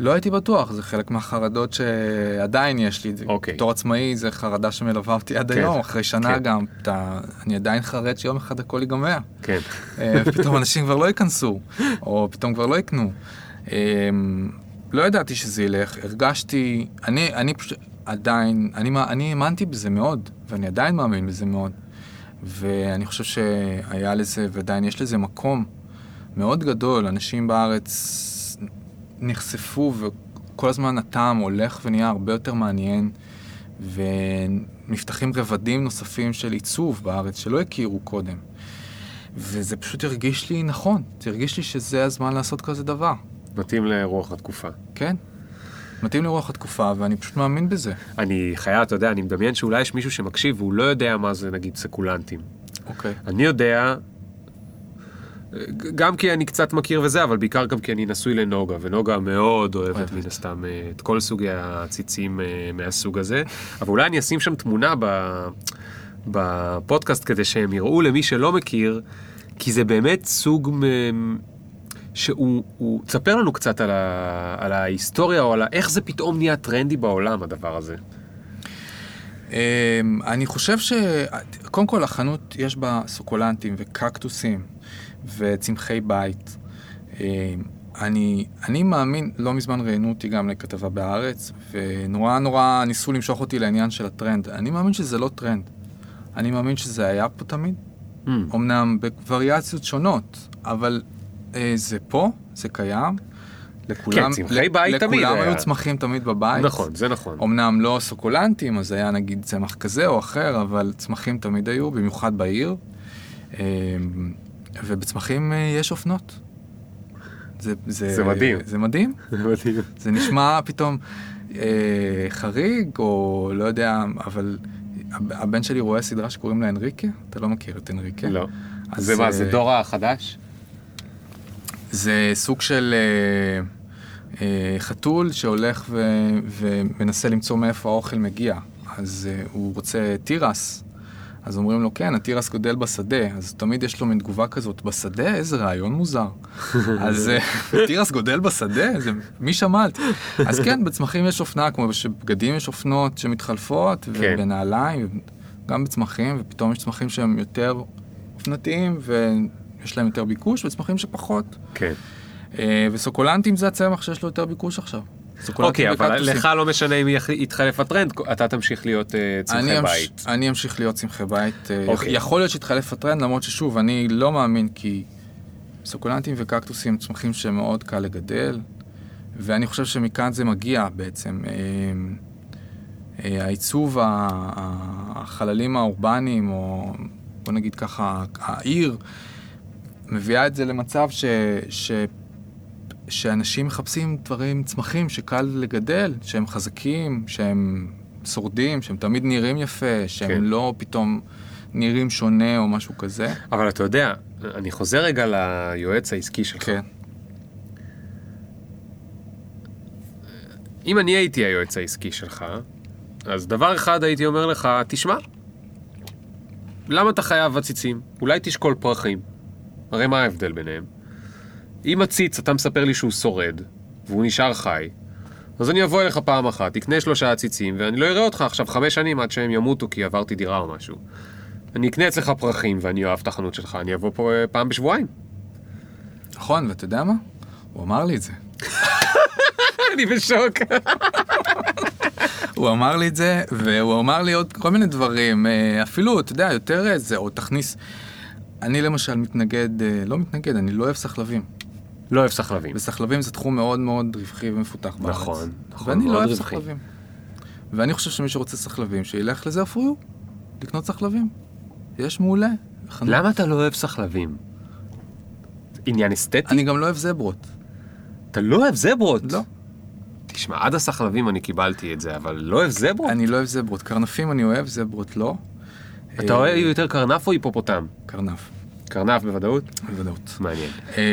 לא הייתי בטוח, זה חלק מהחרדות שעדיין יש לי. אוקיי. בתור עצמאי זה חרדה שמלווה אותי עד היום, אחרי שנה גם. אני עדיין חרד שיום אחד הכל ייגמר. כן. פתאום אנשים כבר לא ייכנסו, או פתאום כבר לא יקנו. לא ידעתי שזה ילך, הרגשתי, אני פשוט עדיין, אני האמנתי בזה מאוד, ואני עדיין מאמין בזה מאוד. ואני חושב שהיה לזה, ועדיין יש לזה מקום מאוד גדול. אנשים בארץ נחשפו, וכל הזמן הטעם הולך ונהיה הרבה יותר מעניין, ונפתחים רבדים נוספים של עיצוב בארץ שלא הכירו קודם. וזה פשוט הרגיש לי נכון, זה הרגיש לי שזה הזמן לעשות כזה דבר. מתאים לרוח התקופה. כן, מתאים לרוח התקופה, ואני פשוט מאמין בזה. אני חייב, אתה יודע, אני מדמיין שאולי יש מישהו שמקשיב, והוא לא יודע מה זה, נגיד, סקולנטים. אוקיי. אני יודע, גם כי אני קצת מכיר וזה, אבל בעיקר גם כי אני נשוי לנוגה, ונוגה מאוד אוהבת מן הסתם את כל סוגי הציצים מהסוג הזה, אבל אולי אני אשים שם תמונה בפודקאסט כדי שהם יראו למי שלא מכיר, כי זה באמת סוג שהוא תספר לנו קצת על ההיסטוריה, או על איך זה פתאום נהיה טרנדי בעולם, הדבר הזה. אני חושב קודם כל החנות יש בה סוקולנטים וקקטוסים וצמחי בית. אני מאמין, לא מזמן ראיינו אותי גם לכתבה בארץ, ונורא ניסו למשוך אותי לעניין של הטרנד. אני מאמין שזה לא טרנד. אני מאמין שזה היה פה תמיד. אמנם בווריאציות שונות, אבל זה פה, זה קיים. כן, צמחי בית תמיד. לכולם היו צמחים תמיד בבית. נכון, זה נכון. אמנם לא סוקולנטים, אז היה נגיד צמח כזה או אחר, אבל צמחים תמיד היו, במיוחד בעיר. ובצמחים יש אופנות. זה מדהים. זה מדהים. זה מדהים. זה נשמע פתאום חריג, או לא יודע, אבל הבן שלי רואה סדרה שקוראים לה אנריקה. אתה לא מכיר את אנריקה? לא. זה מה, זה דור החדש? זה סוג של חתול שהולך ומנסה למצוא מאיפה האוכל מגיע. אז הוא רוצה טירס. אז אומרים לו, כן, הטירס גודל בשדה. אז תמיד יש לו מין תגובה כזאת, בשדה? איזה רעיון מוזר. אז טירס גודל בשדה? מי שמעת? אז כן, בצמחים יש אופנה, כמו שבגדים יש אופנות שמתחלפות, ובנעליים, גם בצמחים, ופתאום יש צמחים שהם יותר אופנתיים, יש להם יותר ביקוש, וצמחים שפחות. כן. וסוקולנטים זה הצמח שיש לו יותר ביקוש עכשיו. אוקיי, אבל לך לא משנה אם יתחלף הטרנד, אתה תמשיך להיות צמחי בית. אני אמשיך להיות צמחי בית. יכול להיות שיתחלף הטרנד, למרות ששוב, אני לא מאמין, כי סוקולנטים וקקטוסים צמחים שמאוד קל לגדל, ואני חושב שמכאן זה מגיע בעצם. העיצוב, החללים האורבניים, או בוא נגיד ככה, העיר, מביאה את זה למצב שאנשים מחפשים דברים, צמחים שקל לגדל, שהם חזקים, שהם שורדים, שהם תמיד נראים יפה, שהם לא פתאום נראים שונה או משהו כזה. אבל אתה יודע, אני חוזר רגע ליועץ העסקי שלך. כן. אם אני הייתי היועץ העסקי שלך, אז דבר אחד הייתי אומר לך, תשמע, למה אתה חייב עציצים? אולי תשקול פרחים. הרי מה ההבדל ביניהם? אם עציץ, אתה מספר לי שהוא שורד, והוא נשאר חי, אז אני אבוא אליך פעם אחת, תקנה 3 עציצים, ואני לא אראה אותך עכשיו 5 שנים עד שהם ימותו כי עברתי דירה או משהו. אני אקנה אצלך פרחים ואני אוהב את החנות שלך, אני אבוא פה פעם בשבועיים. נכון, ואתה יודע מה? הוא אמר לי את זה. אני בשוק. הוא אמר לי את זה, והוא אמר לי עוד כל מיני דברים, אפילו, אתה יודע, יותר איזה, או תכניס. אני למשל לא מתנגד, אני לא אוהב סחלבים. לא אוהב סחלבים. וסחלבים זה תחום מאוד מאוד רווחי ומפותח בארץ. נכון, ואני לא אוהב סחלבים. ואני חושב שמי שרוצה סחלבים, שילך לזה אפילו, לקנות סחלבים. יש מעולה. למה אתה לא אוהב סחלבים? עניין אסתטי? אני גם לא אוהב זברות. אתה לא אוהב זברות? לא. תשמע, עד הסחלבים אני קיבלתי את זה, אבל לא אוהב זברות? אני לא אוהב זברות. קרנפים אני אוהב, זברות לא. אתה אוהב יותר קרנף או היפופוטם? קרנף. קרנף בוודאות? בוודאות. מעניין.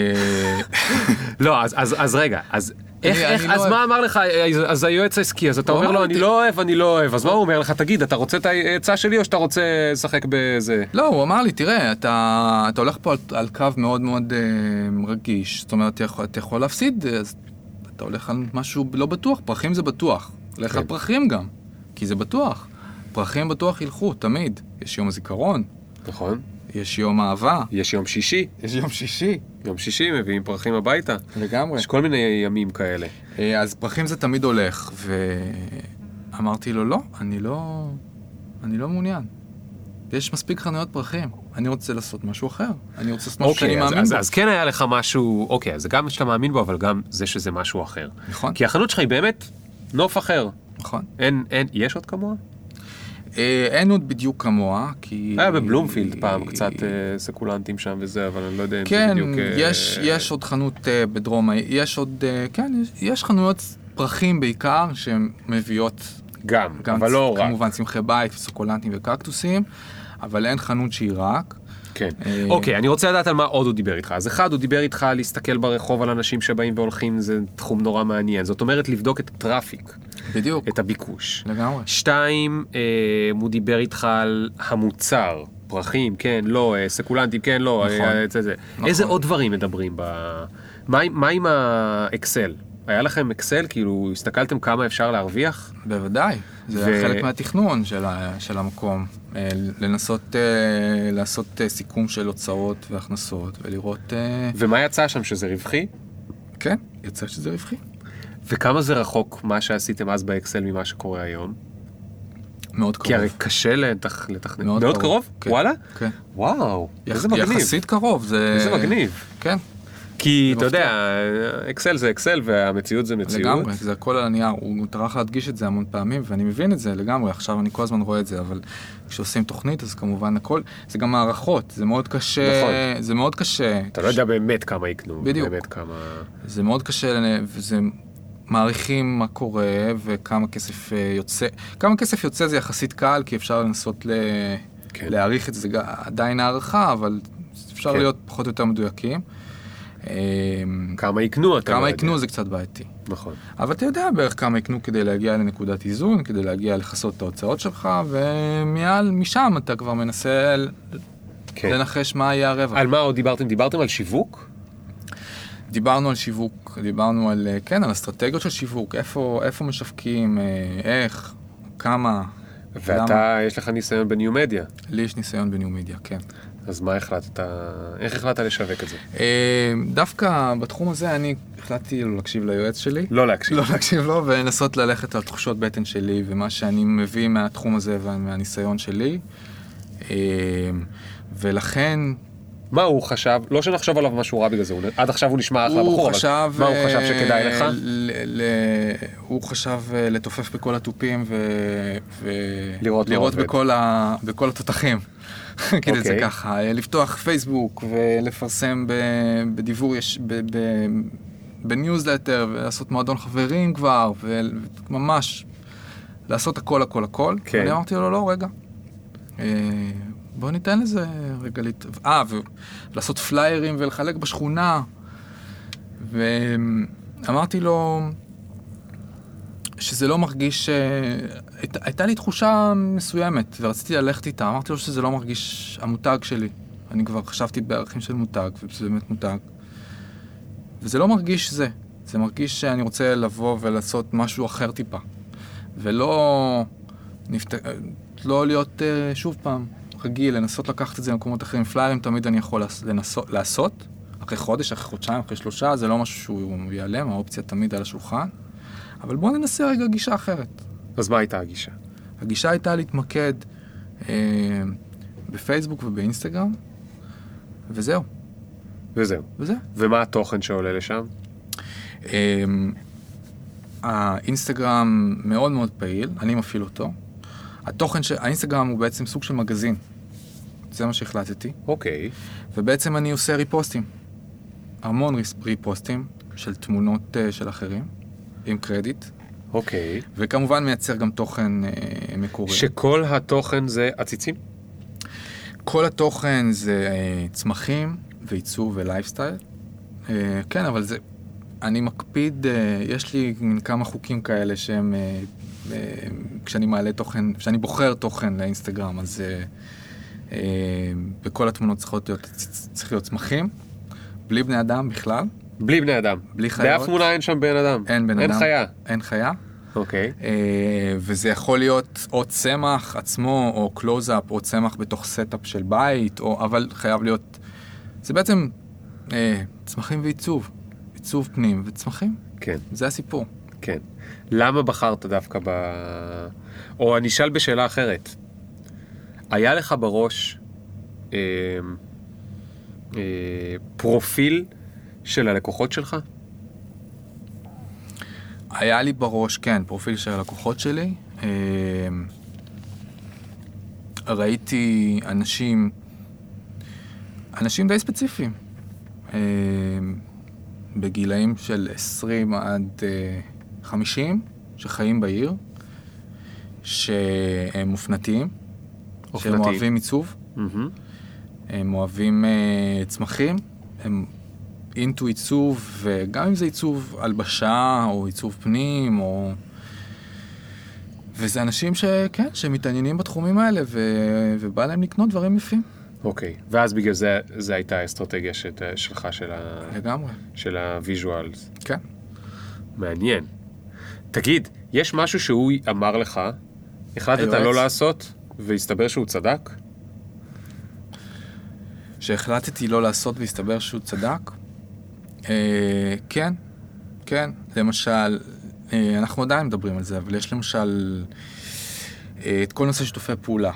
לא, אז רגע, אז מה אמר לך, אז היועץ העסקי, אז אתה אומר לו, אני לא אוהב, אז מה הוא אומר לך, תגיד, אתה רוצה את העצה שלי או שאתה רוצה לשחק בזה? לא, הוא אמר לי, תראה, אתה הולך פה על קו מאוד מאוד רגיש, זאת אומרת, אתה יכול להפסיד, אז אתה הולך על משהו לא בטוח, פרחים זה בטוח. הולך על פרחים גם, כי זה בטוח. פרחים בטוח ילכו, תמיד. יש יום הזיכרון. נכון. יש יום אהבה. יש יום שישי. יש יום שישי. יום שישי מביאים פרחים הביתה. לגמרי. יש כל מיני ימים כאלה. אז פרחים זה תמיד הולך, ואמרתי לו, לא, אני לא מעוניין. יש מספיק חנויות פרחים. אני רוצה לעשות משהו אחר. אני רוצה לעשות משהו שאני מאמין בו. אז כן היה לך משהו, אוקיי, אז זה גם שאתה מאמין בו, אבל גם זה שזה משהו אחר. נכון. כי החנות שלך היא באמת נוף אחר. נכון. יש עוד כמוה? אין עוד בדיוק כמוה, כי... היה בבלומפילד פעם קצת סקולנטים שם וזה, אבל אני לא יודע אם זה כן, בדיוק... יש עוד חנות בדרום, יש עוד, כן, יש חנויות פרחים בעיקר, שהן מביאות... גם אבל לא רק. כמובן צמחי בית וסוקולנטים וקקטוסים, אבל אין חנות שהיא רק. כן. אוקיי, אני רוצה לדעת על מה עוד הוא דיבר איתך. אז אחד, הוא דיבר איתך להסתכל ברחוב על אנשים שבאים והולכים, זה תחום נורא מעניין. זאת אומרת, לבדוק את הטראפיק. בדיוק. את הביקוש. לגמרי. 2, הוא דיבר איתך על המוצר. פרחים, כן, לא, סקולנטים, כן, לא. נכון. איזה עוד דברים מדברים מה עם האקסל? היה לכם אקסל? כאילו, הסתכלתם כמה אפשר להרוויח? בוודאי. זה חלק מהתכנון של המקום. לנסות לעשות סיכום של הוצאות והכנסות, ולראות... ומה יצא שם, שזה רווחי? כן, יצא שזה רווחי. וכמה זה רחוק מה שעשיתם אז באקסל ממה שקורה היום? מאוד קרוב. כי הרי קשה לתכנן. מאוד קרוב? כן. וואלה? כן. וואו, איזה מגניב. יחסית קרוב. איזה מגניב. כן. כי אתה יודע, אקסל זה אקסל והמציאות זה מציאות. לגמרי, זה הכל על הנייר, הוא טרח להדגיש את זה המון פעמים, ואני מבין את זה לגמרי, עכשיו אני כל הזמן רואה את זה, אבל כשעושים תוכנית, אז כמובן הכל, זה גם מערכות, זה מאוד קשה, נכון. זה מאוד קשה. אתה לא יודע באמת כמה יקנו. בדיוק. באמת כמה... זה מאוד קשה, וזה מעריכים מה קורה, וכמה כסף יוצא. כמה כסף יוצא זה יחסית קל, כי אפשר לנסות להעריך את זה, עדיין הערכה, אבל אפשר להיות פחות או יותר מדויקים. כמה יקנו, כמה יקנו זה קצת בעייתי. נכון. אבל אתה יודע בערך כמה יקנו כדי להגיע לנקודת איזון, כדי להגיע לחסות את ההוצאות שלך, ומשם אתה כבר מנסה לנחש מה יהיה הרווח. על מה עוד דיברתם? דיברתם על שיווק? דיברנו על שיווק, דיברנו על, כן, על אסטרטגיות של שיווק, איפה משווקים, איך, כמה. ואתה, יש לך ניסיון בניו מדיה? לי יש ניסיון בניו מדיה, כן. אז מה החלטת? איך החלטת לשווק את זה? דווקא בתחום הזה אני החלטתי להקשיב ליועץ שלי. לא להקשיב. לא להקשיב לו, ולנסות ללכת על תחושות בטן שלי, ומה שאני מביא מהתחום הזה ומהניסיון שלי. ולכן... מה הוא חשב? לא שנחשוב עליו משהו רע בגלל זה. עד עכשיו הוא נשמע אחלה בחור, אבל מה הוא חשב שכדאי לך? הוא חשב לתופף בכל הטופים לראות בכל התותחים. כדי זה ככה, לפתוח פייסבוק ולפרסם בדיבור, בניוזלטר, ולעשות מועדון חברים כבר, וממש לעשות הכל. ואני אמרתי לו, לא, רגע. בוא ניתן לזה רגע ולעשות פליירים ולחלק בשכונה. ואמרתי לו שזה לא מרגיש, הייתה לי תחושה מסוימת ורציתי ללכת איתה. אמרתי לו שזה לא מרגיש המותג שלי. אני כבר חשבתי בערכים של מותג, וזה באמת מותג. וזה לא מרגיש זה. זה מרגיש שאני רוצה לבוא ולעשות משהו אחר טיפה. ולא להיות שוב פעם רגיל, לנסות לקחת את זה למקומות אחרים. פליירים תמיד אני יכול לעשות, אחרי חודש, אחרי חודשיים, אחרי 3, זה לא משהו שהוא ייעלם, האופציה תמיד על השולחן. אבל בואו ננסה רגע גישה אחרת. אז מה הייתה הגישה? הגישה הייתה להתמקד בפייסבוק ובאינסטגרם, וזהו. ומה התוכן שעולה לשם? האינסטגרם מאוד מאוד פעיל, אני מפעיל אותו. האינסטגרם הוא בעצם סוג של מגזין. זה מה שהחלטתי. אוקיי. ובעצם אני עושה ריפוסטים. המון ריפוסטים של תמונות של אחרים, עם קרדיט. אוקיי. וכמובן מייצר גם תוכן מקורי. שכל התוכן זה עציצים? כל התוכן זה צמחים ועיצוב ולייפסטייל. כן, אבל זה... אני מקפיד, יש לי מין כמה חוקים כאלה שהם... כשאני מעלה תוכן, כשאני בוחר תוכן לאינסטגרם, אז בכל התמונות צריך להיות צמחים, בלי בני אדם בכלל. בלי בני אדם. בלי חיות. באף תמונה אין שם בן אדם. אין בן אדם. אין חיה. אין חיה. אוקיי. וזה יכול להיות או צמח עצמו, או קלוז-אפ, או צמח בתוך סטאפ של בית, אבל חייב להיות... זה בעצם צמחים ועיצוב. עיצוב פנים וצמחים. כן. זה הסיפור. כן. למה בחרת דווקא או אני אשאל בשאלה אחרת. היה לך בראש פרופיל של הלקוחות שלך? היה לי בראש, כן, פרופיל של הלקוחות שלי. ראיתי אנשים די ספציפיים. בגילאים של 20 עד 50, שחיים בעיר, שהם מופנתיים, שהם אוהבים עיצוב, הם אוהבים צמחים, הם אינטו עיצוב, וגם אם זה עיצוב הלבשה, או עיצוב פנים, וזה אנשים שכן, שמתעניינים בתחומים האלה, ובא להם לקנות דברים יפים. אוקיי, ואז בגלל זה הייתה האסטרטגיה שלך, לגמרי. של הוויז'ואלס. כן. מעניין. תגיד, יש משהו שהוא אמר לך, החלטת לא לעשות, והסתבר שהוא צדק? שהחלטתי לא לעשות והסתבר שהוא צדק? כן, כן. למשל, אנחנו עדיין מדברים על זה, אבל יש למשל את כל נושא שיתופי פעולה.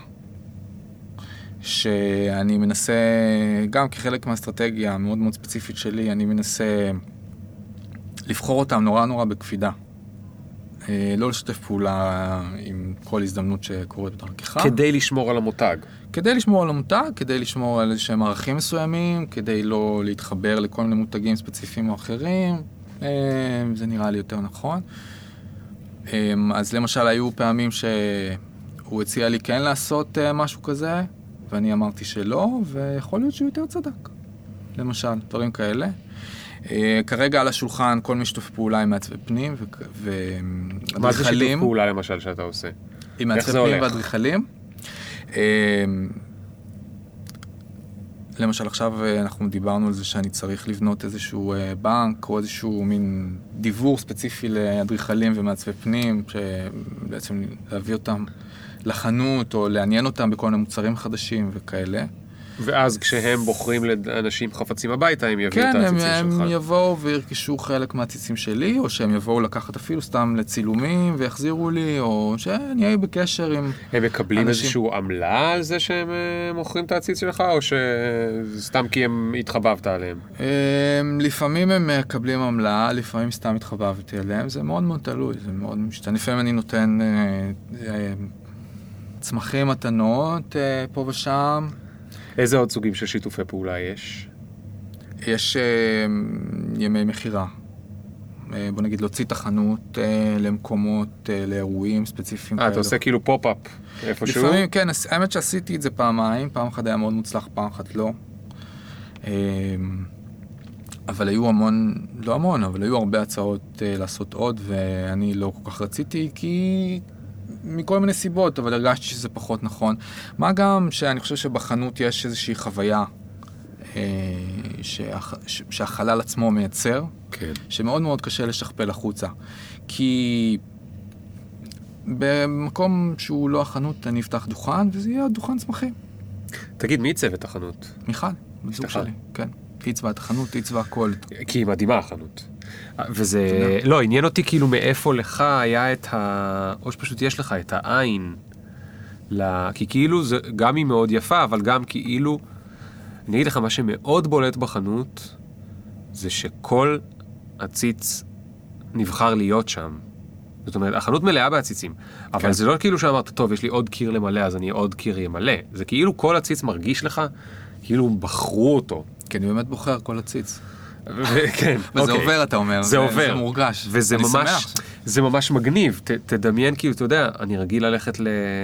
שאני מנסה, גם כחלק מהאסטרטגיה המאוד מאוד ספציפית שלי, אני מנסה לבחור אותם נורא נורא בקפידה. לא לשתף פעולה עם כל הזדמנות שקורית בדרכך. כדי לשמור על המותג. כדי לשמור על המותג, כדי לשמור על איזשהם ערכים מסוימים, כדי לא להתחבר לכל מיני מותגים ספציפיים או אחרים. זה נראה לי יותר נכון. אז למשל היו פעמים שהוא הציע לי כן לעשות משהו כזה, ואני אמרתי שלא, ויכול להיות שהוא יותר צדק. למשל, דברים כאלה. כרגע על השולחן כל מי שיתוף פעולה עם מעצבי פנים ואדריכלים. מה זה שיתוף פעולה למשל שאתה עושה? עם מעצבי פנים ואדריכלים. למשל עכשיו אנחנו דיברנו על זה שאני צריך לבנות איזשהו בנק או איזשהו מין דיוור ספציפי לאדריכלים ומעצבי פנים, שבעצם להביא אותם לחנות או לעניין אותם בכל מיני מוצרים חדשים וכאלה. ואז כשהם בוחרים לאנשים חפצים הביתה, הם יביאו את העציצים שלך. כן, הם יבואו וירכשו חלק מהעציצים שלי, או שהם יבואו לקחת אפילו סתם לצילומים ויחזירו לי, או שאני אהיה בקשר עם אנשים. הם מקבלים איזשהו עמלה על זה שהם מוכרים את העציץ שלך, או שסתם כי הם התחבבת עליהם? לפעמים הם מקבלים עמלה, לפעמים סתם התחבבתי עליהם, זה מאוד מאוד תלוי, זה מאוד משתנה. לפעמים אני נותן צמחים, מתנות, פה ושם. איזה עוד סוגים של שיתופי פעולה יש? יש ימי מחירה. בוא נגיד להוציא את החנות למקומות, לאירועים ספציפיים. אתה עושה כאילו פופ-אפ איפשהו? לפעמים, כן, האמת שעשיתי את זה פעמיים, פעם אחת היה מאוד מוצלח, פעם אחת לא. אבל היו לא המון, אבל היו הרבה הצעות לעשות עוד, ואני לא כל כך רציתי, כי מכל מיני סיבות, אבל הרגשתי שזה פחות נכון. מה גם שאני חושב שבחנות יש איזושהי חוויה שהחלל עצמו מייצר, כן. שמאוד מאוד קשה לשכפל החוצה. כי במקום שהוא לא החנות, אני אפתח דוכן, וזה יהיה דוכן צמחים. תגיד, מי עיצב את החנות? מיכל, בזוג שלי, כן. היא עיצבה את החנות, היא עיצבה הכל. כי היא מדהימה החנות. וזה, לא, עניין אותי כאילו מאיפה לך היה את או שפשוט יש לך את העין, כי כאילו זה, גם היא מאוד יפה, אבל גם כאילו, אני אגיד לך מה שמאוד בולט בחנות, זה שכל הציץ נבחר להיות שם. זאת אומרת, החנות מלאה בעציצים, אבל זה לא כאילו שאמרת, טוב, יש לי עוד קיר למלא, אז אני עוד קיר ימלא. זה כאילו כל הציץ מרגיש לך, כאילו בחרו אותו. כן, אני באמת בוחר כל הציץ. כן, וזה עובר, אתה אומר. זה עובר. זה מורגש. וזה ממש, זה ממש מגניב. תדמיין, כאילו, אתה יודע, אני רגיל ללכת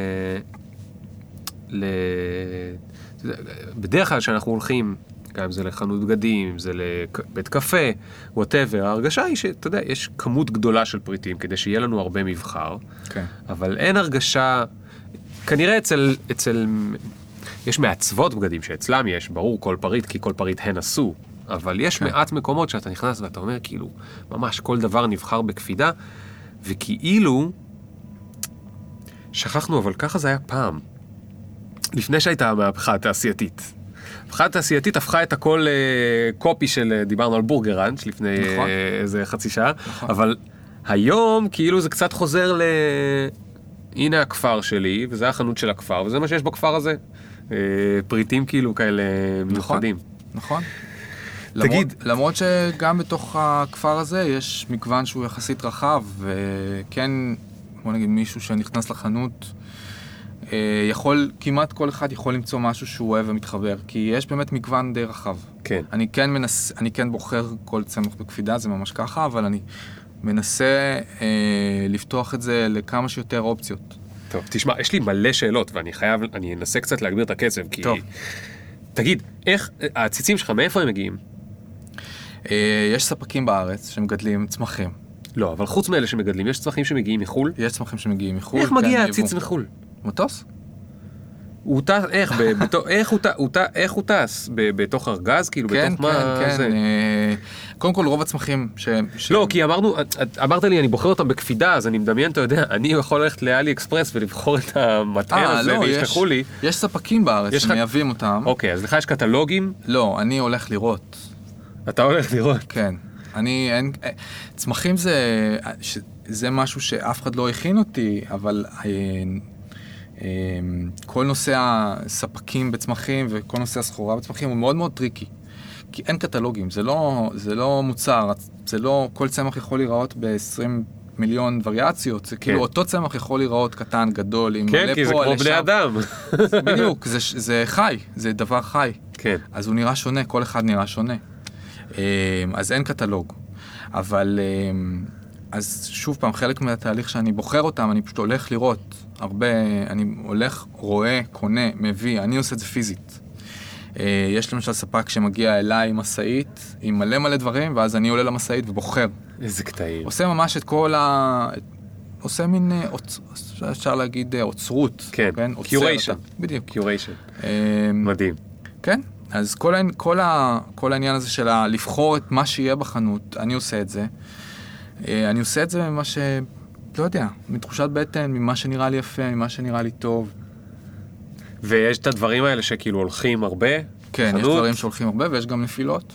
בדרך כלל שאנחנו הולכים, גם אם זה לחנות בגדים, אם זה לבית קפה, whatever, ההרגשה היא שאתה יודע, יש כמות גדולה של פריטים, כדי שיהיה לנו הרבה מבחר, כן. אבל אין הרגשה, כנראה יש מעצבות בגדים שאצלם יש, ברור כל פריט, כי כל פריט הן עשו, אבל יש מעט מקומות שאתה נכנס ואתה אומר, כאילו, ממש כל דבר נבחר בקפידה, וכאילו, שכחנו, אבל ככה זה היה פעם. לפני שהייתה המהפכה התעשייתית. המהפכה התעשייתית הפכה את הכל קופי של, דיברנו על בורגראנץ' לפני איזה חצי שעה, אבל היום כאילו זה קצת חוזר הנה הכפר שלי, וזה החנות של הכפר, וזה מה שיש בכפר הזה. פריטים כאילו כאלה מיוחדים. נכון. תגיד. למרות שגם בתוך הכפר הזה יש מגוון שהוא יחסית רחב, וכן, בוא נגיד מישהו שנכנס לחנות, כמעט כל אחד יכול למצוא משהו שהוא אוהב ומתחבר, כי יש באמת מגוון די רחב. כן. אני כן בוחר כל צמח בקפידה, זה ממש ככה, אבל אני מנסה לפתוח את זה לכמה שיותר אופציות. טוב, תשמע, יש לי מלא שאלות, אני אנסה קצת להגביר את הקצב, כי... טוב. תגיד, איך, הציצים שלך, מאיפה הם מגיעים? יש ספקים בארץ שמגדלים צמחים. לא, אבל חוץ מאלה שמגדלים, יש צמחים שמגיעים מחול? יש צמחים שמגיעים מחול. איך מגיע הציץ מחול? מטוס? הוא טס, איך הוא טס? בתוך ארגז? כאילו, בתוך מה זה? קודם כל, רוב הצמחים לא, כי אמרת לי, אני בוחר אותם בקפידה, אז אני מדמיין, אתה יודע, אני יכול ללכת לאלי אקספרס ולבחור את המטען הזה, וישתחו לי. יש ספקים בארץ שמייבאים אותם. אוקיי, אז לך יש קטלוגים? לא, אני הולך לראות. אתה הולך לראות? כן. צמחים זה משהו שאף אחד לא הכין אותי, אבל כל נושא הספקים בצמחים וכל נושא הסחורה בצמחים הוא מאוד מאוד טריקי. כי אין קטלוגים, זה לא מוצר, זה לא, כל צמח יכול להיראות ב-20 מיליון וריאציות, זה כאילו אותו צמח יכול להיראות קטן, גדול, עם כן, כי זה כמו בני אדם. בדיוק, זה חי, זה דבר חי. כן. אז הוא נראה שונה, כל אחד נראה שונה. אז אין קטלוג. אבל, אז שוב פעם, חלק מהתהליך שאני בוחר אותם, אני פשוט הולך לראות הרבה, אני הולך, רואה, קונה, מביא, אני עושה את זה פיזית. יש למשל ספק שמגיע אליי עם מסעית, עם מלא דברים, ואז אני עולה למסעית ובוחר. איזה קטעים. עושה ממש את כל עושה מין, אפשר להגיד, אוצרות. כן, קיוריישן. בדיוק. קיוריישן. מדהים. כן, אז כל העניין הזה של לבחור את מה שיהיה בחנות, אני עושה את זה. אני עושה את זה ממה לא יודע, מתחושת בטן, ממה שנראה לי יפה, ממה שנראה לי טוב. ויש את הדברים האלה שכאילו הולכים הרבה? כן, יש דברים שהולכים הרבה, ויש גם נפילות.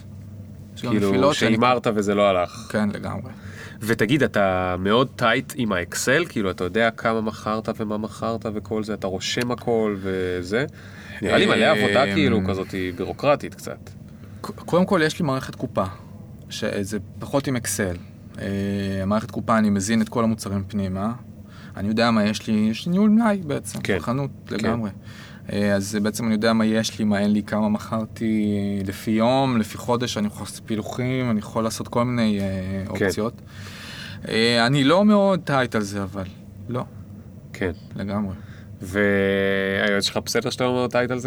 כאילו שאימרת וזה לא הלך. כן, לגמרי. ותגיד, אתה מאוד טייט עם האקסל? כאילו, אתה יודע כמה מכרת ומה מכרת וכל זה, אתה רושם הכל וזה? נראה לי מלא עבודה כאילו כזאת בירוקרטית קצת. קודם כל, יש לי מערכת קופה, שזה פחות עם אקסל. המערכת קופה, אני מזין את כל המוצרים פנימה. אני יודע מה יש לי ניהול מלאי בעצם, בחנות לגמרי. אז בעצם אני יודע מה יש לי, מה אין לי, כמה מכרתי לפי יום, לפי חודש, אני יכול לעשות פילוחים, אני יכול לעשות כל מיני אופציות. אני לא מאוד טייט על זה, אבל לא. כן. לגמרי. והיועץ שלך בסדר שאתה לא מאוד טייט על זה?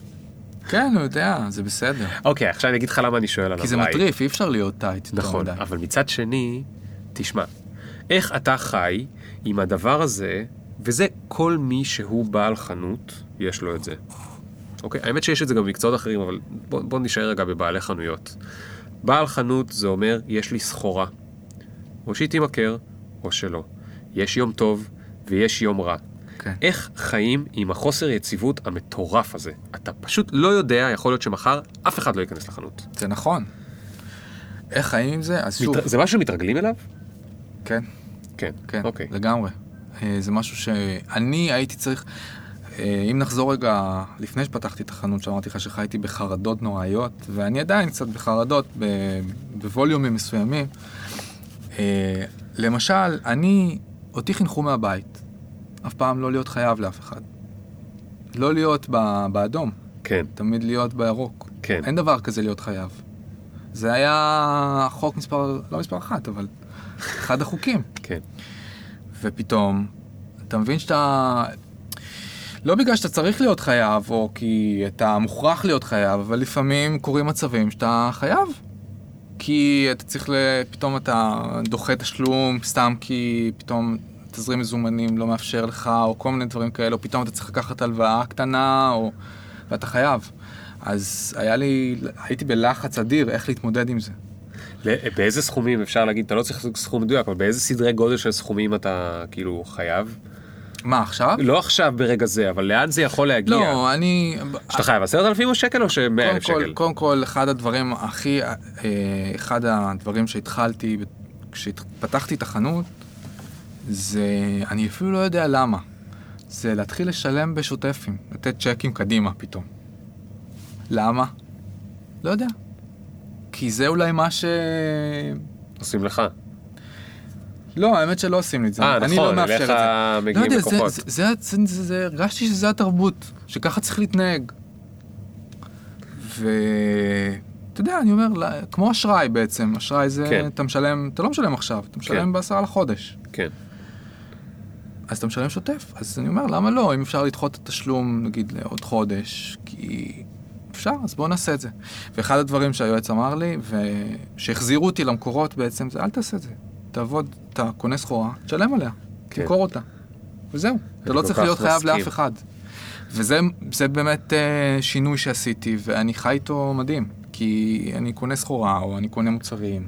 כן, הוא יודע, זה בסדר. אוקיי, עכשיו אני אגיד לך למה אני שואל עליו. כי זה מטריף, אי אפשר להיות טייט. נכון, אבל מצד שני, תשמע, איך אתה חי עם הדבר הזה, וזה כל מי שהוא בעל חנות, יש לו את זה. אוקיי, האמת שיש את זה גם במקצועות אחרים, אבל בוא נשאר רגע בבעלי חנויות. בעל חנות זה אומר, יש לי סחורה. או שהיא תימכר, או שלא. יש יום טוב, ויש יום רע. כן. איך חיים עם החוסר יציבות המטורף הזה? אתה פשוט לא יודע, יכול להיות שמחר אף אחד לא ייכנס לחנות. זה נכון. איך חיים עם זה? אז שוב... זה משהו שמתרגלים אליו? כן. כן, כן, אוקיי. לגמרי. זה משהו שאני הייתי צריך... אם נחזור רגע, לפני שפתחתי את החנות, שאמרתי לך שחייתי בחרדות נוראיות, ואני עדיין קצת בחרדות, בווליומים מסוימים. למשל, אותי חינכו מהבית. אף פעם לא להיות חייב לאף אחד. לא להיות באדום. כן. תמיד להיות בירוק. כן. אין דבר כזה להיות חייב. זה היה חוק לא מספר אחת, אבל אחד החוקים. כן. ופתאום, אתה מבין שאתה... לא בגלל שאתה צריך להיות חייב, או כי אתה מוכרח להיות חייב, אבל לפעמים קורים מצבים שאתה חייב. כי אתה צריך פתאום אתה דוחה תשלום, סתם כי פתאום תזרים מזומנים לא מאפשר לך, או כל מיני דברים כאלה, או פתאום אתה צריך לקחת הלוואה קטנה, ואתה חייב. אז הייתי בלחץ אדיר איך להתמודד עם זה. באיזה סכומים אפשר להגיד, אתה לא צריך סכום מדויק, אבל באיזה סדרי גודל של סכומים אתה כאילו חייב? מה, עכשיו? לא עכשיו ברגע זה, אבל לאן זה יכול להגיע? לא, שאתה חייב 10,000 שקל או ש100,000 שקל? קודם כל, אחד הדברים שהתחלתי, כשפתחתי את החנות, זה, אני אפילו לא יודע למה, זה להתחיל לשלם בשוטפים, לתת צ'קים קדימה פתאום. למה? לא יודע. כי זה אולי מה עושים לך. לא, האמת שלא עושים לי את זה. אני לא מאפשר את זה. מגיעים לקוחות. הרגשתי שזה התרבות, שככה צריך להתנהג. ואתה יודע, אני אומר, כמו אשראי בעצם, אשראי זה, אתה לא משלם עכשיו, אתה משלם ב10 לחודש. כן. אז אתה משלם שוטף. אז אני אומר, למה לא? אם אפשר לדחות את התשלום, נגיד, לעוד חודש, כי אפשר, אז בואו נעשה את זה. ואחד הדברים שהיועץ אמר לי, ושהחזירו אותי למקורות בעצם, זה אל תעשה את זה. תעבוד, אתה קונה סחורה, תשלם עליה, תמכור אותה. וזהו, אתה לא צריך להיות חייב לאף אחד. וזה באמת שינוי שעשיתי, ואני חי איתו מדהים, כי אני קונה סחורה, או אני קונה מוצרים,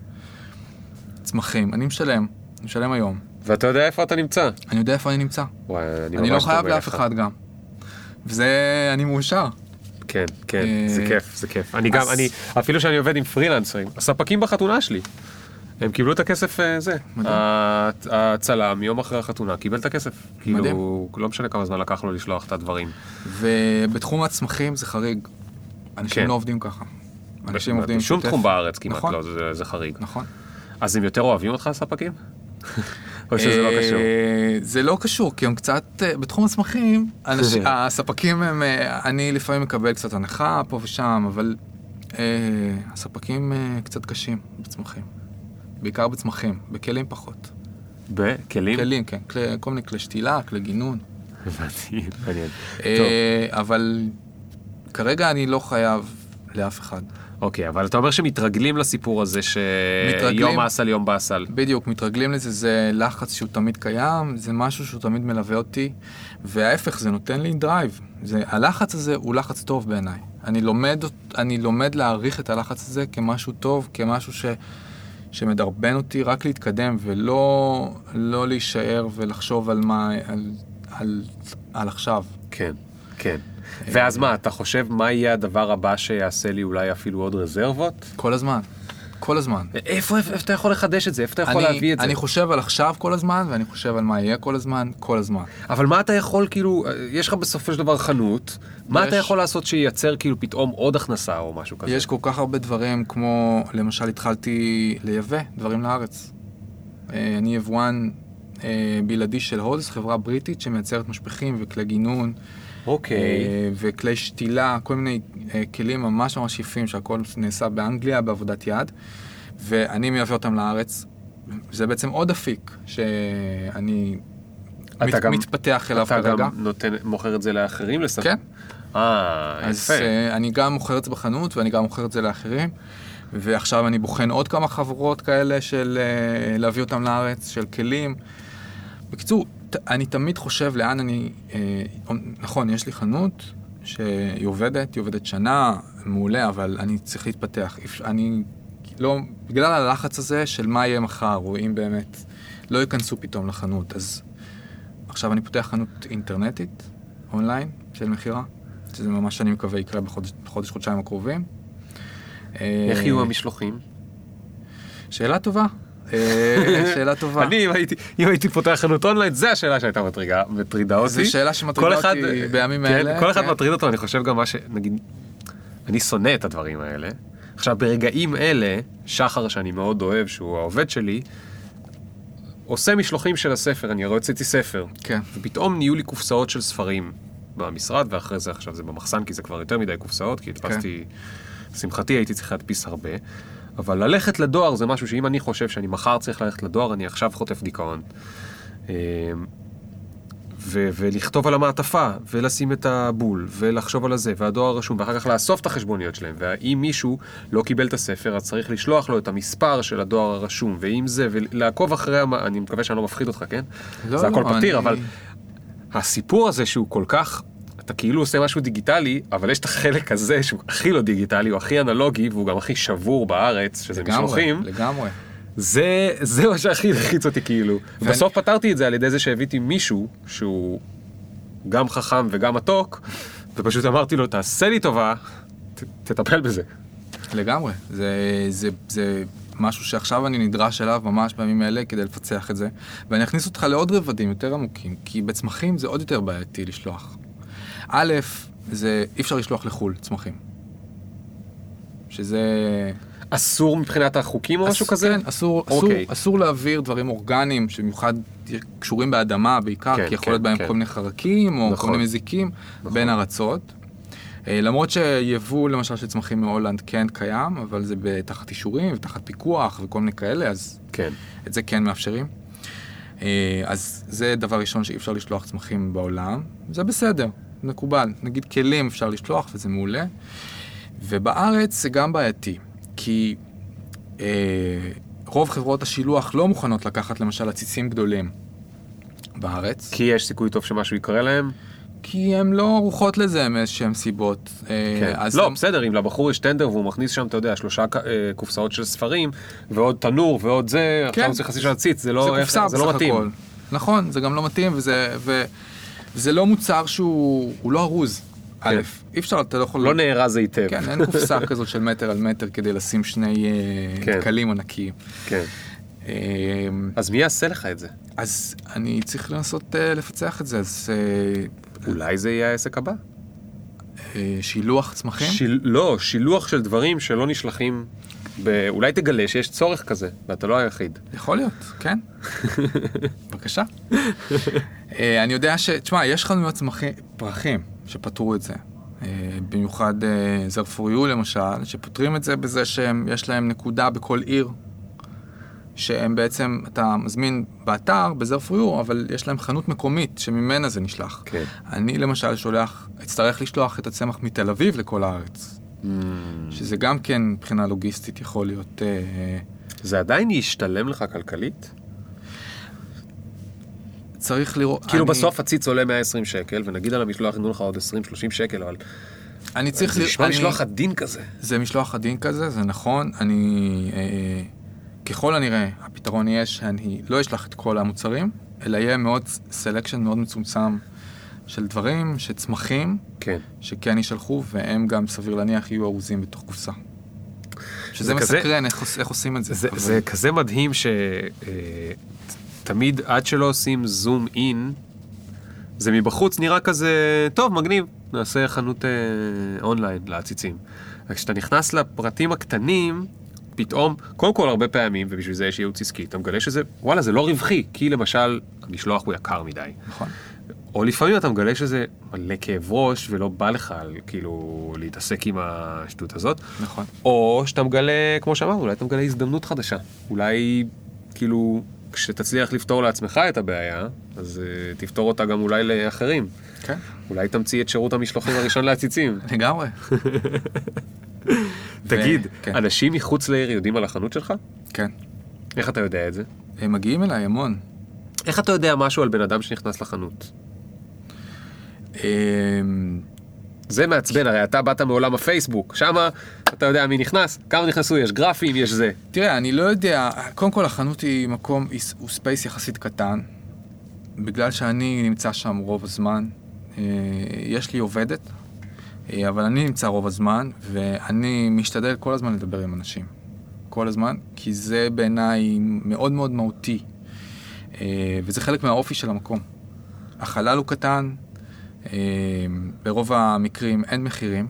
צמחים, אני משלם היום. ואתה יודע איפה אתה נמצא? אני יודע איפה אני נמצא. וואי, אני לא חייב לאף אחד גם. וזה, אני מאושר. כן, כן, זה כיף. אפילו שאני עובד עם פרילנסרים, הספקים בחתונה שלי, הם קיבלו את הכסף זה. הצלם, יום אחרי החתונה, קיבל את הכסף. כאילו, לא משנה כמה זמן לקח לו לשלוח את הדברים. ובתחום הצמחים זה חריג. אנשים לא עובדים ככה. אנשים עובדים שום תחום בארץ כמעט לא, זה חריג. נכון. אז הם יותר אוהבים אותך, הספקים? או שזה לא קשור? זה לא קשור, כי הם קצת, בתחום הצמחים, הספקים הם, אני לפעמים מקבל קצת הנחה פה ושם, אבל הספקים קצת קשים בצמחים. בעיקר בצמחים, בכלים פחות. בכלים? כלים, כן. כל מיני כלי שתילה, כלי גינון. הבנתי, מעניין. אבל כרגע אני לא חייב לאף אחד. אוקיי, אבל אתה אומר שמתרגלים לסיפור הזה שיום אסל, יום באסל. בדיוק, מתרגלים לזה, זה לחץ שהוא תמיד קיים, זה משהו שהוא תמיד מלווה אותי, וההפך, זה נותן לי דרייב. הלחץ הזה הוא לחץ טוב בעיניי. אני לומד להעריך את הלחץ הזה כמשהו טוב, כמשהו שמדרבן אותי רק להתקדם, ולא להישאר ולחשוב על עכשיו. כן, כן. ואז מה, אתה חושב מה יהיה הדבר הבא שיעשה לי אולי אפילו עוד רזרבות? כל הזמן. כל הזמן. איפה אתה יכול לחדש את זה? איפה אתה יכול להביא את זה? אני חושב על עכשיו כל הזמן, ואני חושב על מה יהיה כל הזמן, כל הזמן. אבל מה אתה יכול, כאילו, יש לך בסופו של דבר חנות, מה אתה יכול לעשות שייצר כאילו פתאום עוד הכנסה או משהו כזה? יש כל כך הרבה דברים, כמו למשל התחלתי לייבא דברים לארץ. אני יבואן בלעדי של הולס, חברה בריטית שמייצרת משפחים וכלי גינון. אוקיי. וכלי שתילה, כל מיני כלים ממש ממש יפים שהכל נעשה באנגליה בעבודת יד, ואני מייבא אותם לארץ. זה בעצם עוד אפיק שאני מתפתח אליו כרגע. אתה גם מוכר את זה לאחרים לספק? כן. יפה. אז אני גם מוכר את זה בחנות ואני גם מוכר את זה לאחרים, ועכשיו אני בוחן עוד כמה חברות כאלה של להביא אותם לארץ, של כלים. בקיצור, אני תמיד חושב לאן אני, נכון, יש לי חנות שהיא עובדת שנה, מעולה, אבל אני צריך להתפתח. אני לא, בגלל הלחץ הזה של מה יהיה מחר, או אם באמת לא ייכנסו פתאום לחנות, אז עכשיו אני פותח חנות אינטרנטית, אונליין, של מחירה, שזה ממש אני מקווה יקרה בחודש-חודשיים הקרובים. איך יהיו המשלוחים? שאלה טובה. שאלה טובה. אם הייתי פותח חנות אונליין, זו השאלה שהייתה מטרידה אותי. זו שאלה שמטרידה אותי בימים האלה. כל אחד מטריד אותו, אני חושב גם מה נגיד, אני שונא את הדברים האלה. עכשיו, ברגעים אלה, שחר שאני מאוד אוהב, שהוא העובד שלי, עושה משלוחים של הספר, אני הרי הוצאתי ספר. כן. ופתאום נהיו לי קופסאות של ספרים במשרד, ואחרי זה עכשיו זה במחסן, כי זה כבר יותר מדי קופסאות, כי הדפסתי, שמחתי הייתי צריך להדפיס הרבה. אבל ללכת לדואר זה משהו שאם אני חושב שאני מחר צריך ללכת לדואר, אני עכשיו חוטף דיכאון. ולכתוב על המעטפה, ולשים את הבול, ולחשוב על זה, והדואר רשום, ואחר כך לאסוף את החשבוניות שלהם. ואם מישהו לא קיבל את הספר, אז צריך לשלוח לו את המספר של הדואר הרשום, ועם זה, ולעקוב אחרי, אני מקווה שאני לא מפחיד אותך, כן? לא, זה הכל פתיר, אבל הסיפור הזה שהוא כל כך, אתה כאילו עושה משהו דיגיטלי, אבל יש את החלק הזה שהוא הכי לא דיגיטלי, הוא הכי אנלוגי, והוא גם הכי שבור בארץ, שזה משלוחים. לגמרי. זה מה שהכי לחיץ אותי כאילו. בסוף פתרתי את זה על ידי זה שהבאתי מישהו שהוא גם חכם וגם מתוק, ופשוט אמרתי לו, תעשה לי טובה, תטפל בזה. לגמרי. זה משהו שעכשיו אני נדרש אליו ממש בימים האלה כדי לפצח את זה, ואני אכניס אותך לעוד רבדים יותר עמוקים, כי בצמחים זה עוד יותר בעייתי לשלוח. א', אי אפשר לשלוח לחול צמחים. שזה... אסור מבחינת החוקים או משהו כזה? כן, אסור להעביר דברים אורגניים, שבמיוחד קשורים באדמה בעיקר, כי יכול להיות בהם כל מיני חרקים, או כל מיני מזיקים, בין ארצות. למרות שיבוא למשל של צמחים מהולנד כן קיים, אבל זה תחת אישורים ותחת פיקוח וכל מיני כאלה, אז את זה כן מאפשרים. אז זה דבר ראשון שאי אפשר לשלוח צמחים בעולם, זה בסדר, מקובל. נגיד כלים אפשר לשלוח וזה מעולה. ובארץ זה גם בעייתי, כי רוב חברות השילוח לא מוכנות לקחת למשל עציצים גדולים בארץ. כי יש סיכוי טוב שמשהו יקרה להם? כי הם לא ערוכות לזה מאיזשהם סיבות. לא, בסדר, אם לבחור יש טנדר והוא מכניס שם, אתה יודע, 3 קופסאות של ספרים, ועוד תנור ועוד זה, עכשיו הוא צריך לעשות עציץ, זה לא מתאים. נכון, זה גם לא מתאים, וזה לא מוצר שהוא לא ארוז. א', אי אפשר, אתה לא יכול... לא נארז היטב. כן, אין קופסה כזאת של מטר על מטר כדי לשים 2 דקלים ענקיים. כן. אז מי יעשה לך את זה? אז אני צריך לנסות לפצח את זה, אז... אולי זה יהיה העסק הבא? שילוח צמחים? לא, שילוח של דברים שלא נשלחים... אולי תגלה שיש צורך כזה, ואתה לא היחיד. יכול להיות, כן. בבקשה. אני יודע תשמע, יש חנויות פרחים שפתרו את זה. במיוחד זרפוריו למשל, שפותרים את זה בזה שיש להם נקודה בכל עיר, שהם בעצם, אתה מזמין באתר, בזרפוריו, אבל יש להם חנות מקומית שממנה זה נשלח. כן. אני למשל אצטרך לשלוח את הצמח מתל אביב לכל הארץ. שזה גם כן מבחינה לוגיסטית יכול להיות... זה עדיין ישתלם לך כלכלית? צריך לראות... כאילו בסוף הציץ עולה 120 שקל, ונגיד על המשלוח יתנו לך עוד 20-30 שקל, אבל... אני צריך... זה נשמע משלוח עדין כזה. זה משלוח עדין כזה, זה נכון. ככל הנראה, הפתרון יהיה שאני לא אשלח את כל המוצרים, אלא יהיה מאוד סלקשן מאוד מצומצם של דברים, שצמחים, כן. שכן ישלחו, והם גם סביר להניח יהיו ארוזים בתוך קופסה. שזה מסקרן, איך עושים את זה. זה כזה מדהים שתמיד עד שלא עושים זום אין, זה מבחוץ נראה כזה, טוב, מגניב, נעשה חנות אונליין לעציצים. כשאתה נכנס לפרטים הקטנים, פתאום, קודם כל הרבה פעמים, ובשביל זה יש ייעוץ עסקי, אתה מגלה שזה, וואלה, זה לא רווחי, כי למשל, המשלוח הוא יקר מדי. נכון. או לפעמים אתה מגלה שזה מלא כאב ראש, ולא בא לך, כאילו, להתעסק עם השטות הזאת. נכון. או שאתה מגלה, כמו שאמרנו, אולי אתה מגלה הזדמנות חדשה. אולי, כאילו, כשתצליח לפתור לעצמך את הבעיה, אז תפתור אותה גם אולי לאחרים. כן. אולי תמציא את שירות המשלוחים הראשון לעציצים. לגמרי. תגיד, אנשים מחוץ לעיר יודעים על החנות שלך? כן. איך אתה יודע את זה? הם מגיעים אליי המון. איך אתה יודע משהו על בן אדם שנכנס לחנות? זה מעצבן, הרי אתה באת מעולם הפייסבוק, שמה אתה יודע מי נכנס, כמה נכנסו, יש גרפים, יש זה. תראה, אני לא יודע, קודם כל החנות היא מקום, הוא ספייס יחסית קטן, בגלל שאני נמצא שם רוב הזמן, יש לי עובדת, אבל אני נמצא רוב הזמן, ואני משתדל כל הזמן לדבר עם אנשים. כל הזמן, כי זה בעיניי מאוד מאוד מהותי. וזה חלק מהאופי של המקום. החלל הוא קטן, ברוב המקרים אין מחירים,